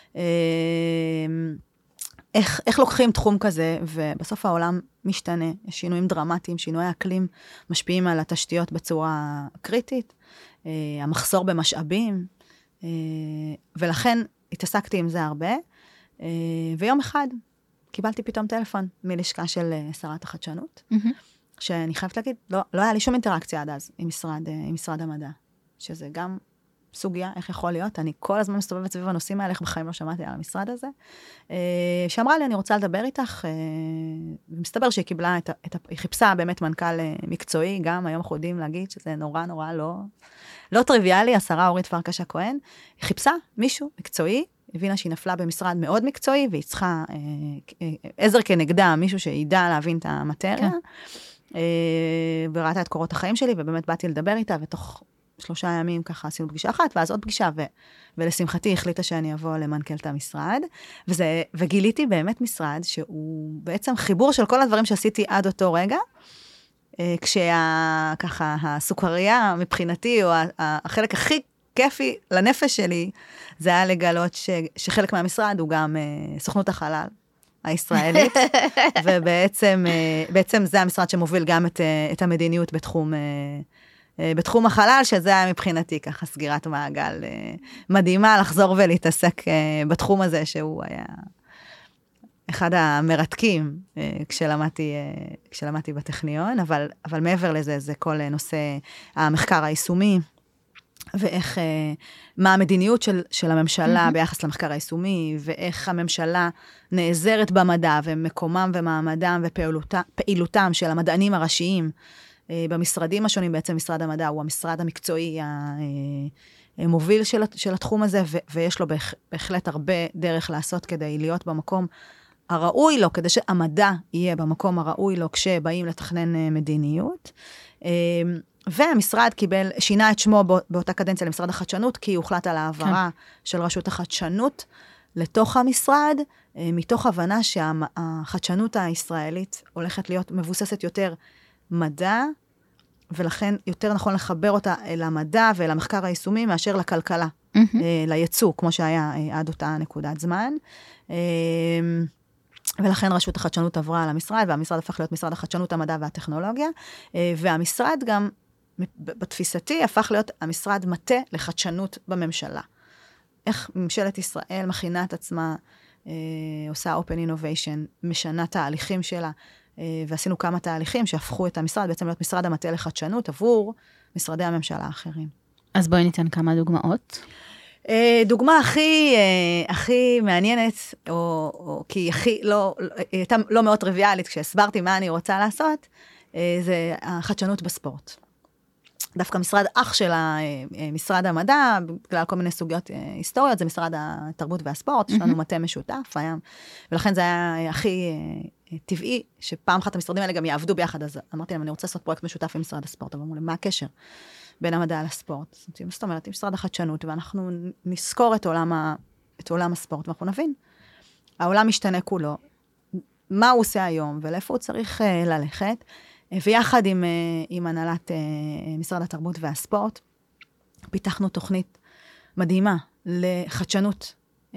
איך לוקחים תחום כזה, ובסוף העולם משתנה, יש שינויים דרמטיים, שינויי אקלים משפיעים על התשתיות בצורה קריטית, המחסור במשאבים, ולכן התעסקקתי עם זה הרבה, ויום אחד קיבלתי פתאום טלפון מלשכה של שרת החדשנות, שאני חייבת להגיד, לא היה לי שום אינטראקציה עד אז עם משרד המדע, שזה גם סוגיה, איך יכול להיות, אני כל הזמן מסתובבת סביב הנושאים האלה, איך בחיים לא שמעתי על המשרד הזה, שאמרה לי, אני רוצה לדבר איתך, ומסתבר שהיא קיבלה היא חיפשה באמת מנכ"ל מקצועי, גם היום אנחנו יודעים להגיד שזה נורא נורא לא טריוויאלי, השרה אורית פרקש הכהן, היא חיפשה מישהו מקצועי, הבינה שהיא נפלה במשרד מאוד מקצועי, והיא צריכה עזר כנגדה, מישהו שידע להבין את המטריה, וראתה את קורות החיים שלי, ובאמת באתי לדבר איתה, ותוך 3 ימים ככה עשינו פגישה אחת, ואז עוד פגישה, ולשמחתי החליטה שאני אבוא למנכ"לת המשרד, וגיליתי באמת משרד, שהוא בעצם חיבור של כל הדברים שעשיתי עד אותו רגע, ככה הסוכריה מבחינתי, או החלק הכי כיפי לנפש שלי, זה היה לגלות שחלק מהמשרד הוא גם סוכנות החלל הישראלית, ובעצם זה המשרד שמוביל גם את המדיניות בתחום החלל, שזה היה מבחינתי ככה סגירת מעגל מדהימה, לחזור ולהתעסק בתחום הזה, שהוא היה אחד המרתקים כשלמדתי בטכניון, אבל מעבר לזה, זה כל נושא המחקר היישומי, ואיך, מה המדיניות של הממשלה ביחס למחקר היישומי, ואיך הממשלה נעזרת במדע, ומקומם ומעמדם ופעילותם של המדענים הראשיים, במשרדים השונים, בעצם משרד המדע הוא המשרד המקצועי המוביל של התחום הזה, ויש לו בהחלט הרבה דרך לעשות כדי להיות במקום הראוי לו, כדי שהמדע יהיה במקום הראוי לו, כשבאים לתכנן מדיניות. והמשרד שינה את שמו באותה קדנציה למשרד החדשנות, כי הוחלט על העברה של רשות החדשנות לתוך המשרד, מתוך הבנה שהחדשנות הישראלית הולכת להיות מבוססת יותר מדע, ולכן יותר נכון לחבר אותה אל המדע ואל המחקר היישומי, מאשר לכלכלה, לייצוא, כמו שהיה עד אותה נקודת זמן. ולכן רשות החדשנות עברה למשרד, והמשרד הפך להיות משרד החדשנות, המדע והטכנולוגיה, והמשרד גם, בתפיסתי, הפך להיות המשרד מטה לחדשנות בממשלה. איך ממשלת ישראל מכינה את עצמה, עושה open innovation, משנה תהליכים שלה, ועשינו כמה תהליכים שהפכו את המשרד, בעצם להיות משרד המטה לחדשנות, עבור משרדי הממשלה האחרים. אז בואי ניתן כמה דוגמאות. דוגמה הכי מעניינת, כי היא הייתה לא מאוד טריוויאלית, כשהסברתי מה אני רוצה לעשות, זה החדשנות בספורט. דווקא משרד אח של משרד המדע, בגלל כל מיני סוגיות היסטוריות, זה משרד התרבות והספורט, יש לנו מטה משותף, ולכן זה היה הכי טבעי, שפעם אחת המשרדים האלה גם יעבדו ביחד, אז אמרתי להם, אני רוצה לעשות פרויקט משותף עם משרד הספורט, אבל אמרו להם, מה הקשר בין המדע לספורט? זאת אומרת, עם משרד החדשנות, ואנחנו נזכור את עולם הספורט, ואנחנו נבין, העולם משתנה כולו, מה הוא עושה היום, ולאיפה הוא צריך ללכת, ויחד עם הנהלת משרד התרבות והספורט, פיתחנו תוכנית מדהימה לחדשנות,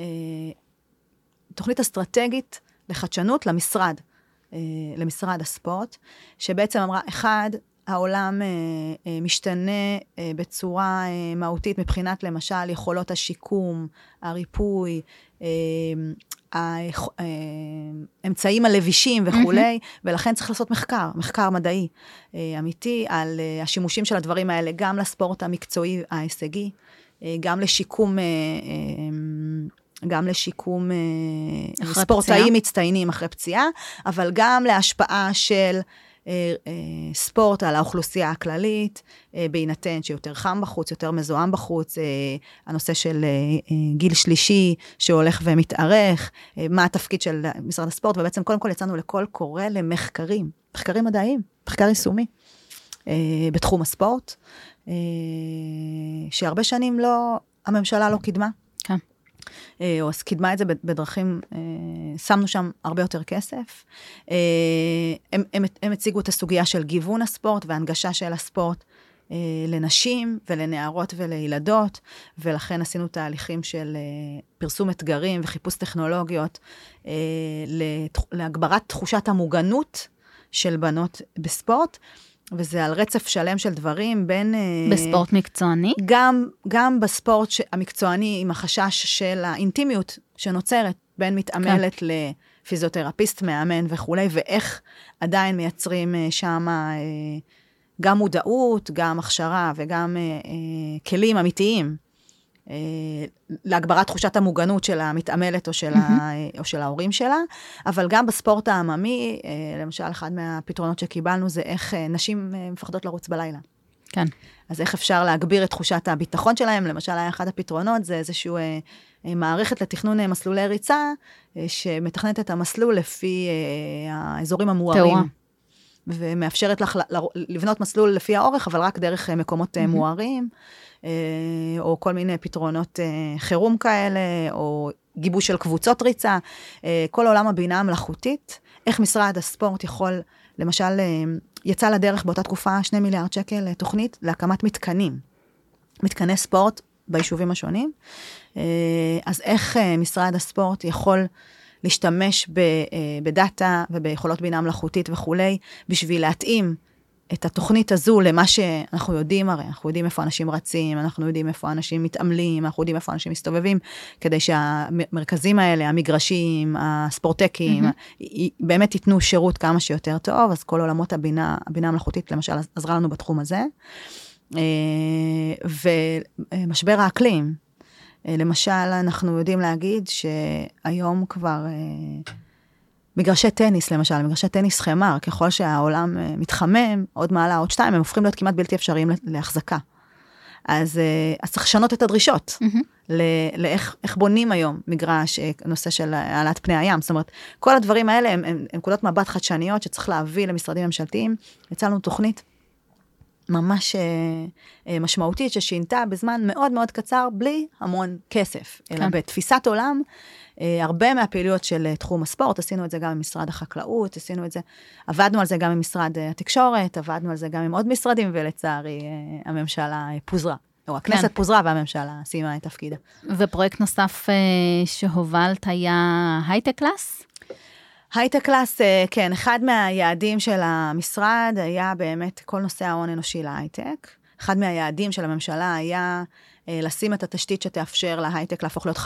תוכנית אסטרטגית לחדשנות למשרד הספורט, שבעצם אמרה, אחד, העולם משתנה בצורה מהותית מבחינת למשל יכולות השיקום, הריפוי, האמצעים הלבישים וכולי, ולכן צריך לעשות מחקר מדעי אמיתי על השימושים של הדברים האלה, גם לספורט המקצועי ההישגי, גם לשיקום ספורטאים מצטיינים אחרי פציעה, אבל גם להשפעה של ספורט על האוכלוסייה הכללית, בהינתן שיותר חם בחוץ, יותר מזוהם בחוץ, הנושא של גיל שלישי שהולך ומתארך, מה התפקיד של משרד הספורט, ובעצם קודם כל יצאנו לכל קורא למחקרים, מחקרים מדעיים, מחקר יישומי, בתחום הספורט, שהרבה שנים הממשלה לא קידמה. כן. או אז קידמה את זה בדרכים, שמנו שם הרבה יותר כסף. הם הציגו את הסוגיה של גיוון הספורט והנגשה של הספורט לנשים ולנערות ולילדות, ולכן עשינו תהליכים של פרסום אתגרים וחיפוש טכנולוגיות להגברת תחושת המוגנות של בנות בספורט, וזה על רצף שלם של דברים בין... בספורט מקצועני? גם בספורט המקצועני עם החשש של האינטימיות שנוצרת בין מתעמלת לפיזיותרפיסט, מאמן וכו', ואיך עדיין מייצרים שם גם מודעות, גם הכשרה וגם כלים אמיתיים להגברת תחושת המוגנות של המתעמלת או של ההורים שלה, אבל גם בספורט העממי, למשל, אחד מהפתרונות שקיבלנו זה איך נשים מפחדות לרוץ בלילה. כן. אז איך אפשר להגביר את תחושת הביטחון שלהם, למשל, היה אחד הפתרונות, זה איזשהו מערכת לתכנון מסלולי ריצה, שמתכננת את המסלול לפי האזורים המוארים. תאורה. ומאפשרת לך לבנות מסלול לפי האורך, אבל רק דרך מקומות מוארים, או כל מיני פתרונות חירום כאלה, או גיבוש של קבוצות ריצה, כל עולם הבינה המלאכותית, איך משרד הספורט יכול, למשל, יצא לדרך באותה תקופה 2 מיליארד שקל תוכנית להקמת מתקני ספורט ביישובים השונים, אז איך משרד הספורט יכול להשתמש בדאטה וביכולות בינה מלאכותית וכולי, בשביל להתאים את התוכנית הזו למה שאנחנו יודעים, הרי אנחנו יודעים איפה אנשים רצים, אנחנו יודעים איפה אנשים מתעמלים, אנחנו יודעים איפה אנשים מסתובבים, כדי שהמרכזים האלה, המגרשים, הספורטקים, באמת ייתנו שירות כמה שיותר טוב, אז כל עולמות הבינה המלאכותית, למשל, עזרה לנו בתחום הזה. ומשבר האקלים, למשל, אנחנו יודעים להגיד שהיום כבר מגרשי טניס, למשל, מגרשי טניס חמר, ככל שהעולם מתחמם, עוד מעלה, עוד 2, הם הופכים להיות כמעט בלתי אפשריים להחזקה. אז צריך לשנות את הדרישות, לאיך בונים היום מגרש, נושא של העלאת פני הים. זאת אומרת, כל הדברים האלה הם נקודות מבט חדשניות שצריך להביא למשרדים ממשלתיים. יצאנו תוכנית ממש משמעותית ששינתה בזמן מאוד מאוד קצר, בלי המון כסף, אלא בתפיסת עולם, הרבה מהפעילויות של תחום הספורט, עשינו את זה גם עם משרד החקלאות, עשינו את זה, עבדנו על זה גם עם משרד התקשורת, עבדנו על זה גם עם עוד משרדים, ולצערי הממשלה פוזרה, או הכנסת פוזרה והממשלה סיימה את תפקידה. ופרויקט נוסף שהובלת היה הייטק קלאס? הייטק קלאס, כן, אחד מהיעדים של המשרד היה באמת כל נושא ההון אנושי להייטק. אחד מהיעדים של הממשלה היה לשים את התשתית שתאפשר להייטק להפוך להיות 15%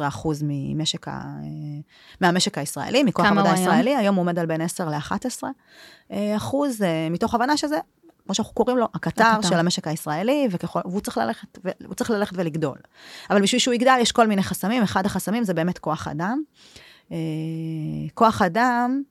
מהמשק הישראלי, מכוח עבודה ישראלי. היום הוא עומד על בין 10 ל-11%, מתוך הבנה שזה, כמו שאנחנו קוראים לו, הקטר של המשק הישראלי, והוא צריך ללכת ולגדול. אבל בשביל שהוא יגדל, יש כל מיני חסמים. אחד החסמים זה באמת כוח אדם. כוח אדם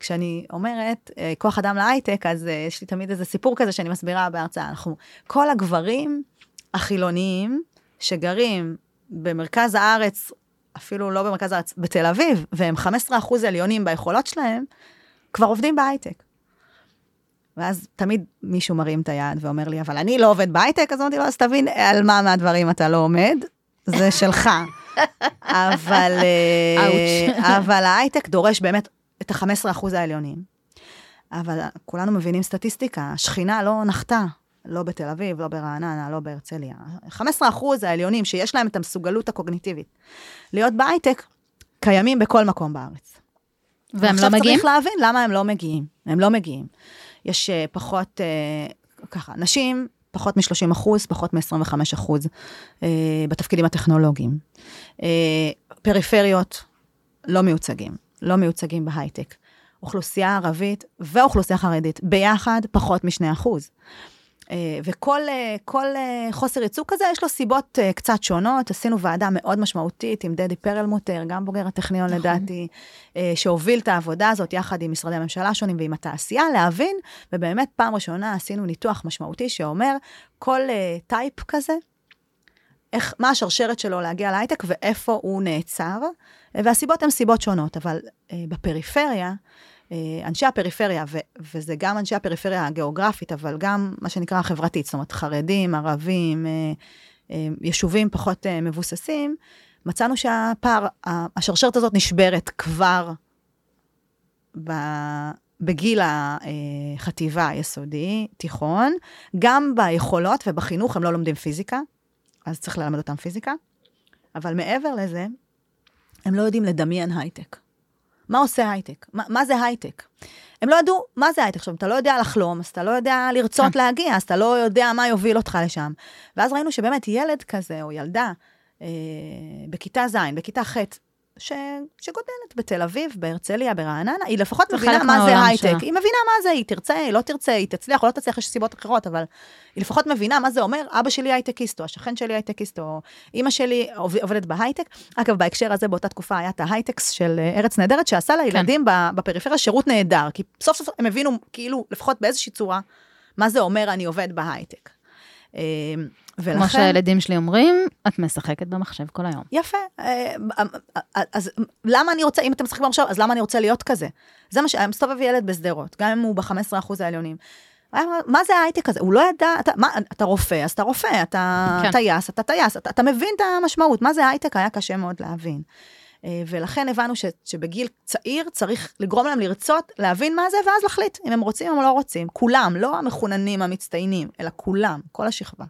כשאני אומרת כוח אדם להייטק, אז יש לי תמיד איזה סיפור כזה שאני מסבירה בהרצאה. כל הגברים החילוניים שגרים במרכז הארץ, אפילו לא במרכז הארץ, בתל אביב, והם 15% עליונים ביכולות שלהם, כבר עובדים בהייטק. ואז תמיד מישהו מרים את היד ואומר לי, אבל אני לא עובד בהייטק, אז אמרתי לו, אז תבין על מה מהדברים אתה לא עומד, זה שלך. אבל ההייטק דורש באמת את ה-15% העליונים. אבל כולנו מבינים סטטיסטיקה, השכינה לא נחתה, לא בתל אביב, לא ברעננה, לא בהרצליה. 15% העליונים שיש להם את המסוגלות הקוגניטיבית. להיות בהייטק, קיימים בכל מקום בארץ. והם לא מגיעים? עכשיו צריך להבין למה הם לא מגיעים. הם לא מגיעים. יש פחות, ככה, נשים, פחות מ-30%, פחות מ-25% בתפקידים הטכנולוגיים. פריפריות לא מיוצגים, לא מיוצגים בהייטק. אוכלוסייה ערבית ואוכלוסייה חרדית, ביחד פחות מ2%. וכל חוסר ייצוג כזה, יש לו סיבות קצת שונות. עשינו ועדה מאוד משמעותית עם דדי פרלמוטר, גם בוגר הטכניון לדעתי, שהוביל את העבודה הזאת יחד עם משרדי הממשלה שונים ועם התעשייה, להבין, ובאמת פעם ראשונה עשינו ניתוח משמעותי שאומר, כל טייפ כזה, מה השרשרת שלו להגיע להייטק ואיפה הוא נעצר, והסיבות הן סיבות שונות, אבל בפריפריה, אנשי הפריפריה, וזה גם אנשי הפריפריה הגיאוגרפית, אבל גם מה שנקרא החברתית, זאת אומרת, חרדים, ערבים, יישובים פחות מבוססים, מצאנו שהפער, השרשרת הזאת נשברת כבר בגיל החטיבה היסודי, תיכון, גם ביכולות ובחינוך הם לא לומדים פיזיקה, אז צריך ללמד אותם פיזיקה, אבל מעבר לזה, הם לא יודעים לדמיין הייטק. מה עושה הייטק? מה זה הייטק? הם לא ידעו מה זה הייטק. עכשיו, אתה לא יודע לחלום, אז אתה לא יודע לרצות להגיע, אז אתה לא יודע מה יוביל אותך לשם. ואז ראינו שבאמת ילד כזה, או ילדה, בכיתה ז', בכיתה ח', שגודלת בתל אביב, בהרצליה, ברעננה, היא לפחות מבינה מה זה הייטק. היא מבינה מה זה, היא תרצה, היא לא תרצה, היא תצליח או לא תצליח, יש סיבות אחרות, אבל היא לפחות מבינה מה זה אומר, אבא שלי הייטקיסט, או השכן שלי הייטקיסט, או אמא שלי עובדת בהייטק. אגב, בהקשר הזה, באותה תקופה היה את ההייטקס של ארץ נהדרת, שעשה לילדים בפריפריה שירות נהדר, כי סוף סוף הם הבינו, כאילו, לפחות באיזושהי צורה, מה זה אומר אני עובד בהייטק. כמו שהילדים שלי אומרים, את משחקת במחשב כל היום. יפה. אז למה אני רוצה, אם אתה משחק במחשב, אז למה אני רוצה להיות כזה? זה מה מסתובב ילד בסדרות, גם אם הוא ב-15% העליונים. מה זה ההייטק הזה? הוא לא ידע, אתה רופא, אז אתה רופא, אתה טייס, אתה טייס, אתה מבין את המשמעות. מה זה הייטק? היה קשה מאוד להבין. ולכן הבנו שבגיל צעיר צריך לגרום להם לרצות, להבין מה זה, ואז להחליט אם הם רוצים או לא רוצים. כולם, לא המחוננים, המצטיינים, אלא כולם, כל השכבה.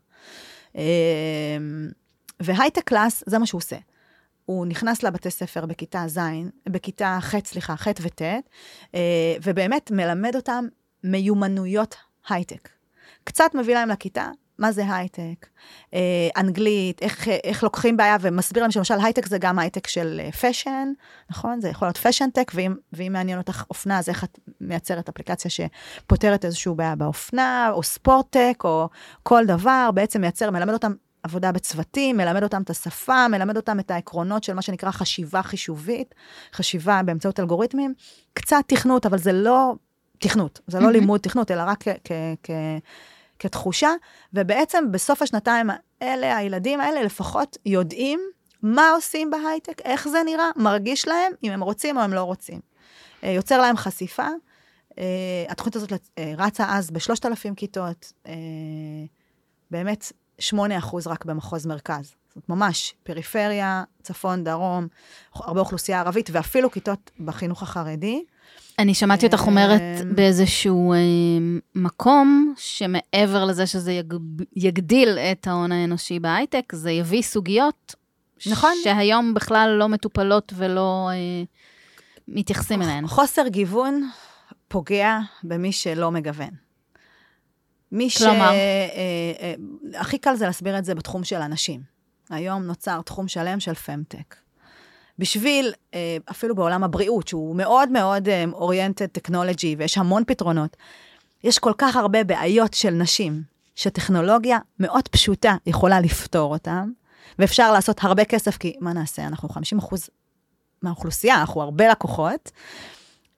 והייטק קלאס, זה מה שהוא עושה. הוא נכנס לבתי ספר בכיתה ח' ות', ובאמת מלמד אותם מיומנויות הייטק. קצת מביא להם לכיתה, מה זה הייטק, אנגלית, איך לוקחים בעיה, ומסביר להם שלמשל הייטק זה גם הייטק של פשן, נכון? זה יכול להיות פשן טק, ואם מעניין אותך אופנה, אז איך את מייצרת אפליקציה שפותרת איזשהו בעיה באופנה, או ספורט טק, או כל דבר, בעצם מלמד אותם עבודה בצוותים, מלמד אותם את השפה, מלמד אותם את העקרונות של מה שנקרא חשיבה חישובית, חשיבה באמצעות אלגוריתמים, קצת תכנות, אבל זה לא תכנות, זה לא לימוד תכנות, אלא רק כתחושה, ובעצם בסוף השנתיים האלה, הילדים האלה לפחות יודעים מה עושים בהייטק, איך זה נראה, מרגיש להם, אם הם רוצים או הם לא רוצים. יוצר להם חשיפה, התוכנית הזאת רצה אז ב3,000 כיתות, באמת 8% רק במחוז מרכז. זאת אומרת, ממש פריפריה, צפון, דרום, הרבה אוכלוסייה ערבית, ואפילו כיתות בחינוך החרדי. אני שמעתי אותך אומרת באיזשהו מקום, שמעבר לזה שזה יגדיל את ההון האנושי בהייטק, זה יביא סוגיות, נכון. שהיום בכלל לא מטופלות ולא מתייחסים אליהן. חוסר גיוון פוגע במי שלא מגוון. כלומר? הכי קל זה להסביר את זה בתחום של אנשים. היום נוצר תחום שלם של פמטק. בשביל, אפילו בעולם הבריאות, שהוא מאוד מאוד oriented technology, ויש המון פתרונות, יש כל כך הרבה בעיות של נשים, שטכנולוגיה מאוד פשוטה יכולה לפתור אותם, ואפשר לעשות הרבה כסף, כי מה נעשה? אנחנו 50% מהאוכלוסייה, אנחנו הרבה לקוחות,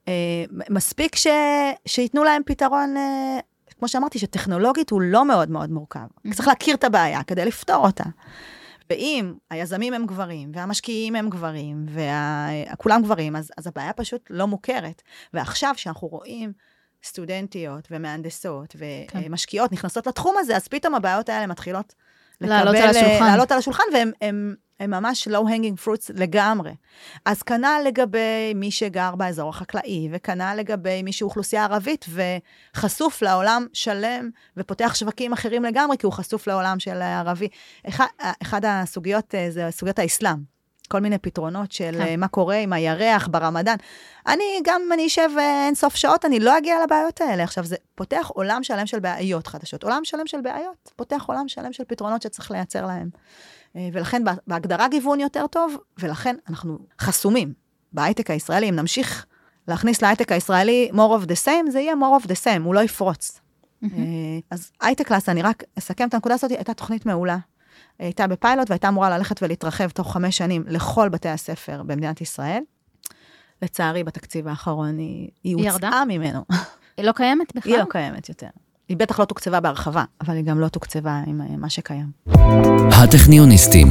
מספיק שיתנו להם פתרון, כמו שאמרתי, שטכנולוגית הוא לא מאוד מאוד מורכב. צריך להכיר את הבעיה כדי לפתור אותה. ואם היזמים הם גברים, והמשקיעים הם גברים, וכולם גברים, אז הבעיה פשוט לא מוכרת. ועכשיו שאנחנו רואים סטודנטיות ומהנדסות ומשקיעות נכנסות לתחום הזה, אז פתאום הבעיות האלה מתחילות לעלות על השולחן, והם ממש low-hanging fruits לגמרי. אז כנ"ל לגבי מי שגר באזור החקלאי, וכנ"ל לגבי מי שהוא אוכלוסייה ערבית, וחשוף לעולם שלם, ופותח שווקים אחרים לגמרי, כי הוא חשוף לעולם של הערבי. אחד הסוגיות זה סוגיות האסלאם. כל מיני פתרונות של מה קורה עם הירח ברמדאן. גם אם אני אשב אין סוף שעות, אני לא אגיע לבעיות האלה. עכשיו, זה פותח עולם שלם של בעיות חדשות. עולם שלם של בעיות, פותח עולם שלם של פתרונות שצריך לייצר להם. ולכן בהגדרה גיוון יותר טוב, ולכן אנחנו חסומים. בהייטק הישראלי, אם נמשיך להכניס להייטק הישראלי more of the same, זה יהיה more of the same, הוא לא יפרוץ. אז הייטק קלאס, אני רק אסכם את הנקודה הזאת, הייתה תוכנית מעולה. הייתה בפיילוט, והייתה אמורה ללכת ולהתרחב תוך 5 שנים לכל בתי הספר במדינת ישראל. לצערי, בתקציב האחרון היא הוצאה ממנו. היא לא קיימת בכלל? היא לא קיימת יותר. היא בטח לא תוקצבה בהרחבה, אבל היא גם לא תוקצבה עם מה שקיים. הטכניוניסטים.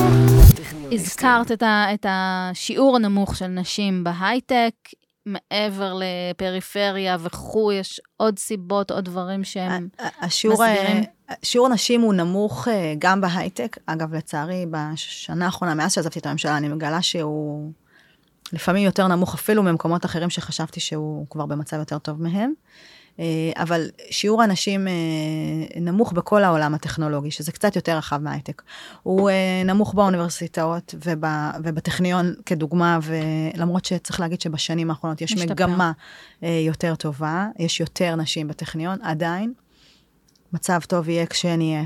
הזכרת את השיעור הנמוך של נשים בהייטק, מעבר לפריפריה וכו', יש עוד סיבות, עוד דברים שהם מסבירים? שיעור נשים הוא נמוך גם בהייטק. אגב, לצערי, בשנה האחרונה, מאז שעזבתי את הממשלה, אני מגלה שהוא לפעמים יותר נמוך אפילו ממקומות אחרים שחשבתי שהוא כבר במצב יותר טוב מהם. אבל שיעור הנשים נמוך בכל העולם הטכנולוגי, שזה קצת יותר רחב מהייטק. הוא נמוך באוניברסיטאות ובטכניון כדוגמה, ולמרות שצריך להגיד שבשנים האחרונות יש מגמה יותר טובה, יש יותר נשים בטכניון, עדיין מצב טוב יהיה כשנהיה,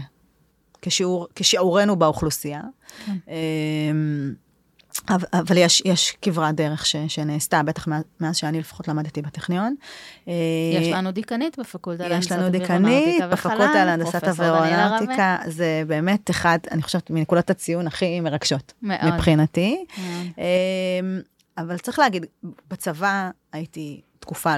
כשיעורנו באוכלוסייה. אבל יש כברת דרך שנעשתה, בטח מאז שאני לפחות למדתי בטכניון. יש לנו דיקנית בפקולטה להנדסת אווירונאוטיקה וחלל. יש לנו דיקנית בפקולטה להנדסת אווירונאוטיקה. זה באמת אחד, אני חושבת, מנקודת הציון הכי מרגשות. מאוד. מבחינתי. אבל צריך להגיד, בצבא הייתי תקופה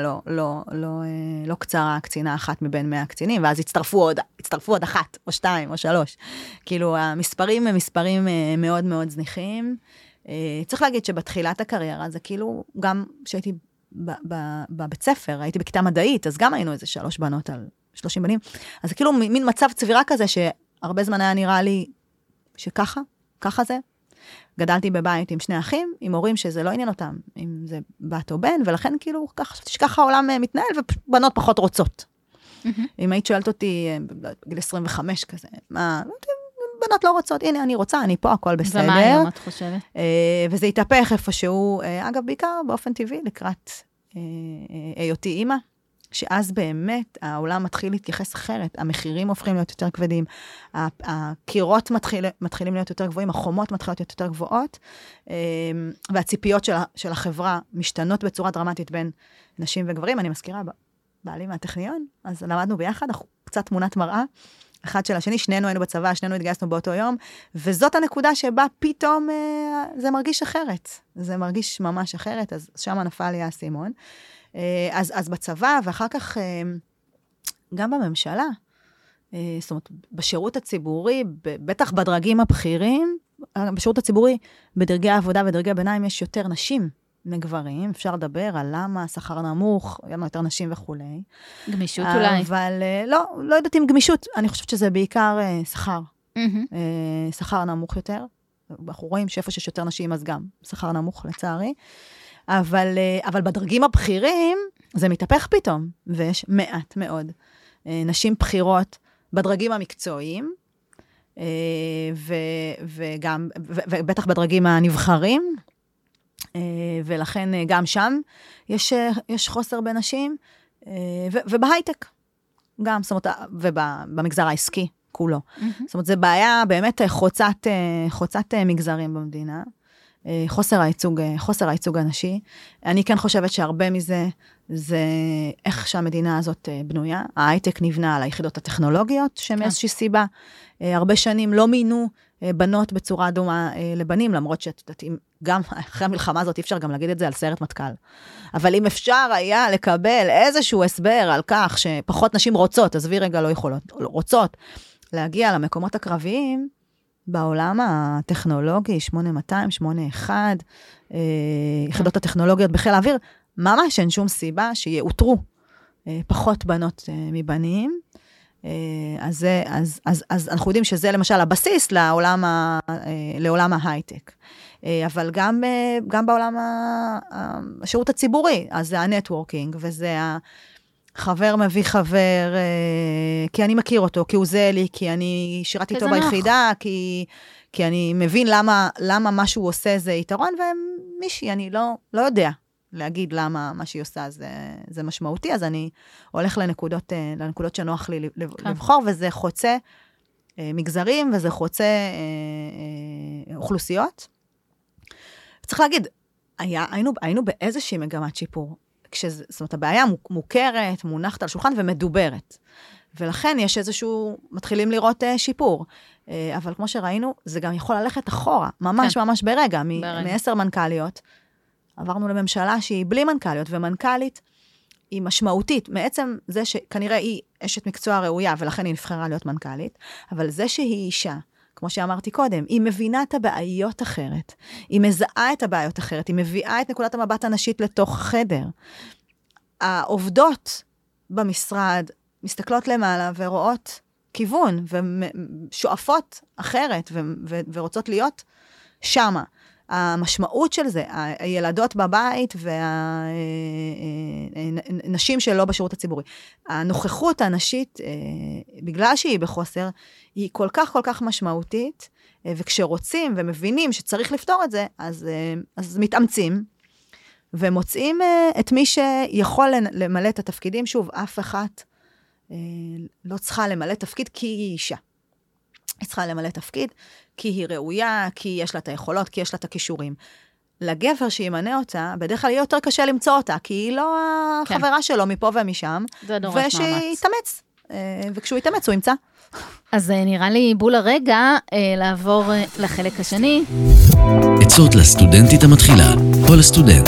לא קצרה, קצינה אחת מבין 100 קצינים, ואז הצטרפו עוד 1, או 2, או 3. כאילו, המספרים הם מספרים מאוד מאוד זניחים. צריך להגיד שבתחילת הקריירה, זה כאילו, גם שהייתי בבית ספר, הייתי בכיתה מדעית, אז גם היינו איזה 3 בנות על 30 בנים, אז זה כאילו מין מצב צבירה כזה, שהרבה זמן היה נראה לי שככה, ככה זה. גדלתי בבית עם 2 אחים, עם הורים שזה לא עניין אותם, אם זה בת או בן, ולכן כאילו, ככה העולם מתנהל, ובנות פחות רוצות. אם היית שואלת אותי, בגיל 25 כזה, מה... בנות לא רוצות, הנה אני רוצה, אני פה, הכל בסדר. ומה היום את חושבת? וזה יתהפך איפשהו, אגב, בעיקר באופן טבעי, לקראת היותי אימא, שאז באמת העולם מתחיל להתייחס אחרת, המחירים הופכים להיות יותר כבדים, הקירות מתחילים להיות יותר גבוהים, החומות מתחילות להיות יותר גבוהות, והציפיות של החברה משתנות בצורה דרמטית בין נשים וגברים. אני מזכירה, בעלי מהטכניון, אז למדנו ביחד, קצת תמונת מראה, אחד של השני, שנינו היינו בצבא, שנינו התגייסנו באותו יום, וזאת הנקודה שבה פתאום זה מרגיש אחרת. זה מרגיש ממש אחרת, אז שם נפל לי האסימון. אז בצבא, ואחר כך גם בממשלה, זאת אומרת, בשירות הציבורי, בטח בדרגים הבכירים, בשירות הציבורי, בדרגי העבודה ודרגי הביניים יש יותר נשים מגברים, אפשר לדבר על למה שכר נמוך, יותר נשים וכו'. גמישות אולי. אבל לא יודעת אם גמישות, אני חושבת שזה בעיקר שכר. שכר נמוך יותר. אנחנו רואים שאיפה שיש יותר נשים, אז גם שכר נמוך לצערי. אבל בדרגים הבכירים, זה מתהפך פתאום, ויש מעט מאוד נשים בחירות בדרגים המקצועיים, וגם, ובטח בדרגים הנבחרים, ולכן גם שם יש חוסר בנשים, ובהייטק גם, זאת אומרת, ובמגזר העסקי כולו. זאת אומרת, זה בעיה באמת חוצת מגזרים במדינה, חוסר הייצוג הנשי. אני כן חושבת שהרבה מזה, זה איך שהמדינה הזאת בנויה. ההייטק נבנה על היחידות הטכנולוגיות, שמאיזושהי סיבה, הרבה שנים לא מינו בנות בצורה דומה לבנים, למרות גם אחרי המלחמה הזאת אי אפשר גם להגיד את זה על סיירת מטכ"ל. אבל אם אפשר היה לקבל איזשהו הסבר על כך שפחות נשים רוצות, עזבי רגע לא יכולות, רוצות להגיע למקומות הקרביים, בעולם הטכנולוגי, 8200, 81, יחידות הטכנולוגיות בחיל האוויר, ממש אין שום סיבה שיאותרו פחות בנות מבנים. אז אנחנו יודעים שזה למשל הבסיס לעולם ההייטק. אבל גם בעולם השירות הציבורי, אז זה הנטוורקינג, וזה חבר מביא חבר, כי אני מכיר אותו, כי הוא זה לי, כי אני שירתי איתו ביחידה, כי אני מבין למה מה שהוא עושה זה יתרון, ומישהי, אני לא יודע להגיד למה מה שהיא עושה זה משמעותי, אז אני הולך לנקודות שנוח לי לבחור, וזה חוצה מגזרים, וזה חוצה אוכלוסיות. צריך להגיד, היינו באיזושהי מגמת שיפור, זאת אומרת, הבעיה מוכרת, מונחת על שולחן ומדוברת. ולכן יש מתחילים לראות שיפור. אבל כמו שראינו, זה גם יכול ללכת אחורה, ממש ממש ברגע, מ10 מנכ"ליות. עברנו לממשלה שהיא בלי מנכ"ליות, ומנכ"לית היא משמעותית, מעצם זה שכנראה היא אשת מקצוע ראויה, ולכן היא נבחרה להיות מנכ"לית, אבל זה שהיא אישה, כמו שאמרתי קודם, היא מבינה את הבעיות אחרת, היא מזהה את הבעיות אחרת, היא מביאה את נקודת המבט הנשית לתוך חדר. העובדות במשרד מסתכלות למעלה ורואות כיוון, ושואפות אחרת, ורוצות להיות שמה. המשמעות של זה, הילדות בבית והנשים שלא בשירות הציבורי. הנוכחות הנשית, בגלל שהיא בחוסר, היא כל כך כל כך משמעותית, וכשרוצים ומבינים שצריך לפתור את זה, אז מתאמצים, ומוצאים את מי שיכול למלא את התפקידים. שוב, אף אחת לא צריכה למלא תפקיד כי היא אישה. היא צריכה למלא תפקיד, כי היא ראויה, כי יש לה את היכולות, כי יש לה את הכישורים. לגבר שימנה אותה, בדרך כלל יהיה יותר קשה למצוא אותה, כי היא לא החברה שלו מפה ומשם, ושיתאמץ. וכשהוא יתאמץ, הוא ימצא. אז נראה לי בול הרגע לעבור לחלק השני. עצות לסטודנטית המתחילה, או לסטודנט.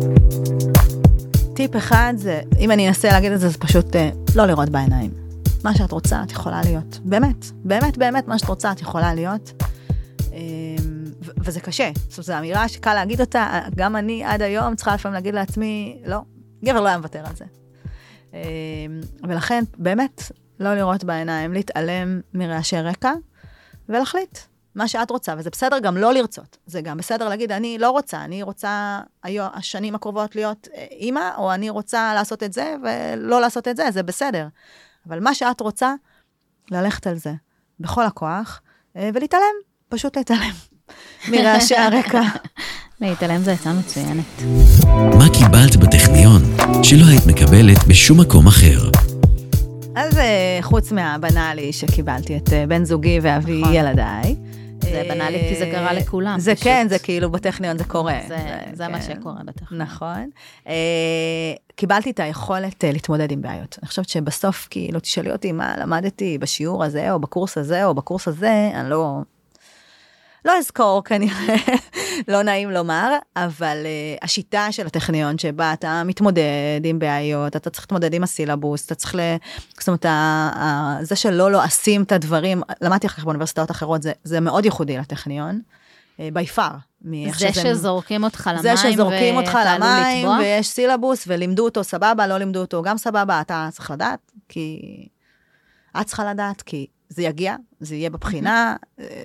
טיפ אחד, אם אני אנסה להגיד את זה, זה פשוט לא לראות בעיניים. מה שאת רוצה, את יכולה להיות. באמת, באמת, באמת, מה שאת רוצה, את יכולה להיות. וזה קשה. זאת אומרת, זו אמירה שקל להגיד אותה, גם אני עד היום צריכה לפעמים להגיד לעצמי, לא, גבר לא היה מוותר על זה. ולכן, באמת, לא לראות בעיניים, להתעלם מרעשי רקע, ולהחליט מה שאת רוצה, וזה בסדר גם לא לרצות. זה גם בסדר להגיד, אני לא רוצה, אני רוצה השנים הקרובות להיות אימא, או אני רוצה לעשות את זה, ולא לעשות את זה, זה בסדר. אבל מה שאת רוצה, ללכת על זה, בכל הכוח, ולהתעלם, פשוט להתעלם, מרעשי הרקע. להתעלם זה עצה מצוינת. מה קיבלת בטכניון שלא היית מקבלת בשום מקום אחר? אז חוץ מהבנאלי שקיבלתי את בן זוגי ואבי ילדיי. זה בנאלי כי זה קרה לכולם. זה כן, זה כאילו בטכניון זה קורה. זה מה שקורה בטכניון. נכון. קיבלתי את היכולת להתמודד עם בעיות. אני חושבת שבסוף כאילו תשאלי אותי מה למדתי בשיעור הזה או בקורס הזה או בקורס הזה, אני לא אזכור כנראה, לא נעים לומר, אבל השיטה של הטכניון שבה אתה מתמודד עם בעיות, אתה צריך להתמודד עם הסילבוס, אתה צריך זאת אומרת, זה שלא לועשים את הדברים, למדתי אחר כך באוניברסיטאות אחרות, זה מאוד ייחודי לטכניון, ביפר. זה שזורקים אותך למים, זה שזורקים אותך למים, ויש סילבוס, ולימדו אותו סבבה, לא לימדו אותו גם סבבה, אתה צריך לדעת, כי את צריכה לדעת, כי זה יגיע, זה יהיה בבחינה,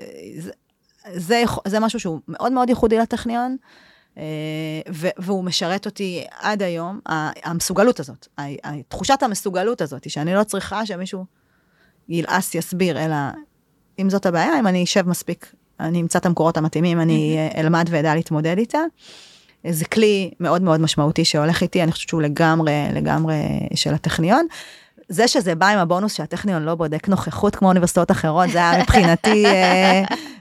זה משהו שהוא מאוד מאוד ייחודי לטכניון, והוא משרת אותי עד היום, המסוגלות הזאת, תחושת המסוגלות הזאת, שאני לא צריכה שמישהו ילעס יסביר, אלא אם זאת הבעיה, אם אני אשב מספיק, אני אמצא את המקורות המתאימים, אני אלמד וידע להתמודד איתה, זה כלי מאוד מאוד משמעותי שהולך איתי, אני חושבת שהוא לגמרי של הטכניון, זה שזה בא עם הבונוס שהטכניון לא בודק נוכחות כמו אוניברסיטאות אחרות, זה היה מבחינתי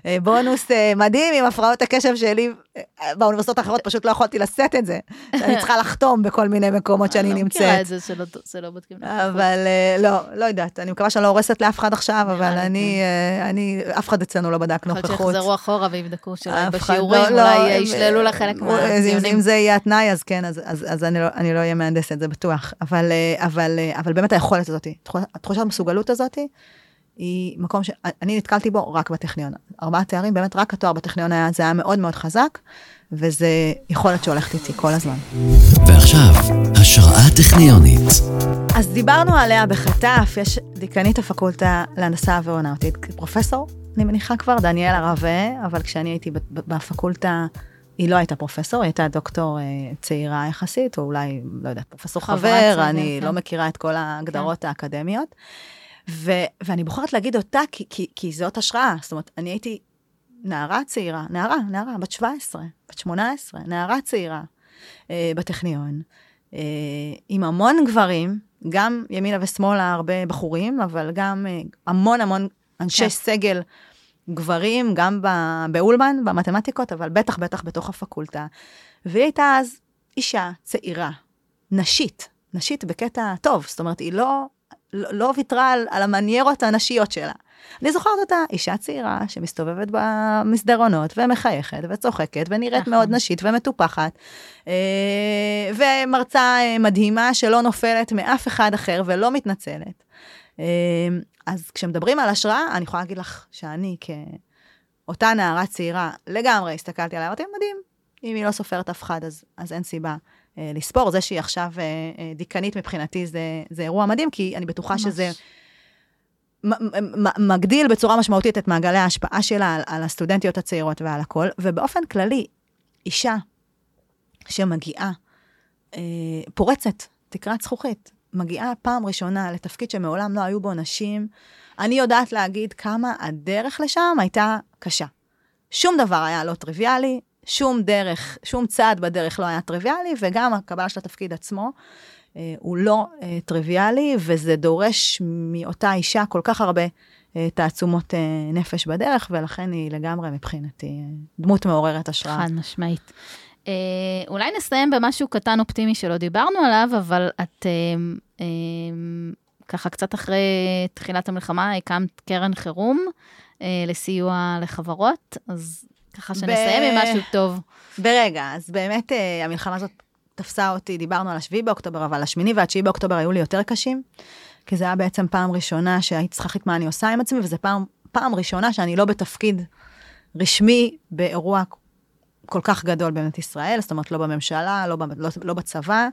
בונוס מדהים עם הפרעות הקשב שלי, באוניברסיטאות האחרות פשוט לא יכולתי לשאת את זה, שאני צריכה לחתום בכל מיני מקומות שאני נמצאת. אני לא מכירה את זה שלא בודקים. אבל לא יודעת, אני מקווה שאני לא הורסת לאף אחד עכשיו, אבל אף אחד אצלנו לא בדק נוכחות. יכול שיחזרו אחורה ויבדקו שאולי בשיעורים, אולי ישללו לחלק מהציונים. אם זה יהיה התנאי, אז כן, אז אני לא אהיה מהנדסת, זה בטוח. אבל באמת היכולת הזאת, התחושת המסוגלות הזאת, היא מקום שאני נתקלתי בו רק בטכניון. 4 תארים, באמת רק התואר בטכניון זה היה מאוד מאוד חזק, וזה יכולת שהולכת איתי כל הזמן. ועכשיו, השראה טכניונית. אז דיברנו עליה בחטף, יש דיקנית הפקולטה להנדסה ואירונאוטית, פרופסור, אני מניחה כבר, דניאלה רווה, אבל כשאני הייתי בפקולטה, היא לא הייתה פרופסור, היא הייתה דוקטור צעירה יחסית, או אולי, לא יודעת, פרופסור חבר, אני לא מכירה את כל ההגדרות האקדמיות, ואני בוחרת להגיד אותה, כי זאת השראה, זאת אומרת, אני הייתי נערה צעירה, נערה, בת 17, בת 18, נערה צעירה בטכניון, עם המון גברים, גם ימינה ושמאלה הרבה בחורים, אבל גם המון אנשי סגל גברים, גם באולמן, במתמטיקות, אבל בטח בתוך הפקולטה. והיא הייתה אז אישה צעירה, נשית בקטע טוב, זאת אומרת, היא לא ויתרה על המניירות הנשיות שלה. אני זוכרת אותה, אישה צעירה שמסתובבת במסדרונות ומחייכת וצוחקת ונראית מאוד נשית ומטופחת, ומרצה מדהימה שלא נופלת מאף אחד אחר ולא מתנצלת. אז כשמדברים על השראה, אני יכולה להגיד לך שאני כאותה נערה צעירה לגמרי הסתכלתי עליה, אמרתי, מדהים, אם היא לא סופרת אף אחד, אז אין סיבה לספור. זה שהיא עכשיו דיקנית מבחינתי זה אירוע מדהים, כי אני בטוחה שזה מגדיל בצורה משמעותית את מעגלי ההשפעה שלה על הסטודנטיות הצעירות ועל הכל, ובאופן כללי, אישה שמגיעה, פורצת, תקרת זכוכית, מגיעה פעם ראשונה לתפקיד שמעולם לא היו בו נשים, אני יודעת להגיד כמה הדרך לשם הייתה קשה. שום דבר היה לא טריוויאלי, שום צעד בדרך לא היה טריוויאלי, וגם הקבלה של התפקיד עצמו, הוא לא טריוויאלי, וזה דורש מאותה אישה כל כך הרבה תעצומות נפש בדרך, ולכן היא לגמרי מבחינתי דמות מעוררת השראה. חד משמעית. אולי נסיים במשהו קטן אופטימי שלא דיברנו עליו, אבל את ככה קצת אחרי תחילת המלחמה, הקמת קרן חירום לסיוע לחברות, אז ככה שנסיים עם משהו טוב. ברגע, אז באמת המלחמה הזאת תפסה אותי, דיברנו על 7 באוקטובר, אבל 8 וה-9 באוקטובר היו לי יותר קשים, כי זה היה בעצם פעם ראשונה שהייתי צריכה להחליט מה אני עושה עם עצמי, וזה פעם ראשונה שאני לא בתפקיד רשמי באירוע כל כך גדול במדינת ישראל, זאת אומרת לא בממשלה, לא בצבא,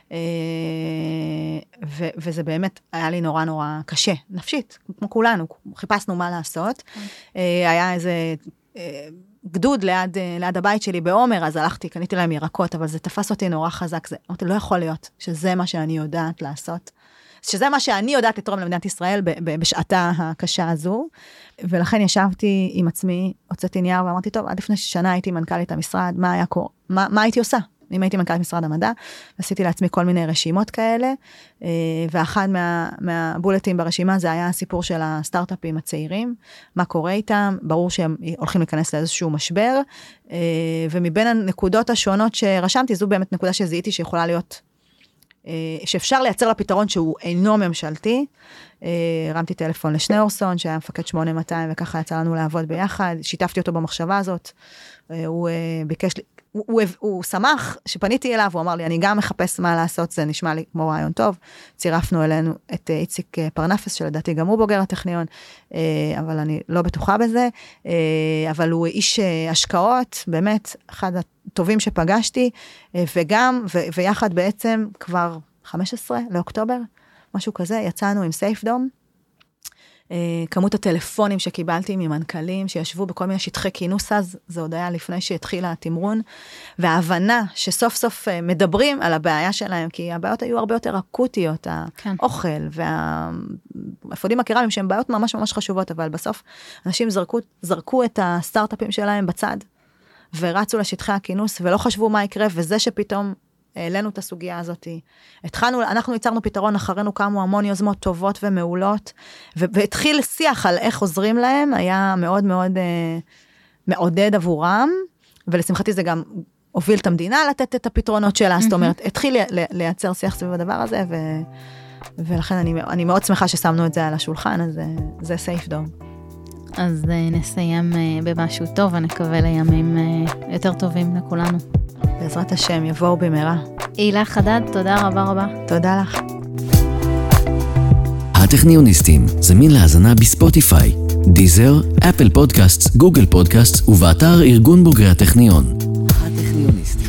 וזה באמת היה לי נורא נורא קשה, נפשית, כמו כולנו, חיפשנו מה לעשות, היה איזה גדוד ליד הבית שלי בעומר, אז הלכתי, קניתי להם ירקות, אבל זה תפס אותי נורא חזק, אמרתי, לא יכול להיות שזה מה שאני יודעת לעשות, שזה מה שאני יודעת לתרום למדינת ישראל בשעתה הקשה הזו, ולכן ישבתי עם עצמי, הוצאתי נייר ואמרתי, טוב, עד לפני שנה הייתי מנכ"לית המשרד, מה הייתי עושה? אם הייתי מנכ"לית משרד המדע, עשיתי לעצמי כל מיני רשימות כאלה, ואחד מהבולטים ברשימה זה היה הסיפור של הסטארט-אפים הצעירים, מה קורה איתם, ברור שהם הולכים להיכנס לאיזשהו משבר, ומבין הנקודות השונות שרשמתי, זו באמת נקודה שזיהיתי שיכולה להיות, שאפשר לייצר לה פתרון שהוא אינו ממשלתי, הרמתי טלפון לשניאורסון, שהיה מפקד 8200, וככה יצא לנו לעבוד ביחד, שיתפתי אותו במחשבה הזאת, הוא ביקש לי, הוא שמח שפניתי אליו, הוא אמר לי, אני גם מחפש מה לעשות, זה נשמע לי כמו רעיון טוב, צירפנו אלינו את איציק פרנפס, שלדעתי גם הוא בוגר הטכניון, אבל אני לא בטוחה בזה, אבל הוא איש השקעות, באמת, אחד הטובים שפגשתי, וגם, ויחד בעצם כבר 15 לאוקטובר, משהו כזה, יצאנו עם סייפדום, כמות הטלפונים שקיבלתי ממנכ"לים שישבו בכל מיני שטחי כינוס אז, זה עוד היה לפני שהתחילה התמרון, וההבנה שסוף סוף מדברים על הבעיה שלהם, כי הבעיות היו הרבה יותר אקוטיות, האוכל והאפודים הקרמיים שהם בעיות ממש ממש חשובות, אבל בסוף אנשים זרקו את הסטארט-אפים שלהם בצד, ורצו לשטחי הכינוס ולא חשבו מה יקרה, וזה שפתאום העלינו את הסוגיה הזאת, אנחנו ייצרנו פתרון, אחרינו קמו המון יוזמות טובות ומעולות, והתחיל שיח על איך עוזרים להם, היה מאוד מאוד מעודד עבורם, ולשמחתי זה גם הוביל את המדינה לתת את הפתרונות שלה, זאת אומרת, התחיל לייצר שיח סביב הדבר הזה, ולכן אני מאוד שמחה ששמנו את זה על השולחן, אז זה סייף דום. אז נסיים במשהו טוב, ונקווה לימים יותר טובים לכולנו. בעזרת השם, יבואו במהרה. הילה חדד, תודה רבה רבה. תודה לך. הטכניוניסטים זמין להאזנה בספוטיפיי, דיזר, אפל פודקאסט, גוגל פודקאסט ובאתר ארגון בוגרי הטכניון. הטכניוניסטים.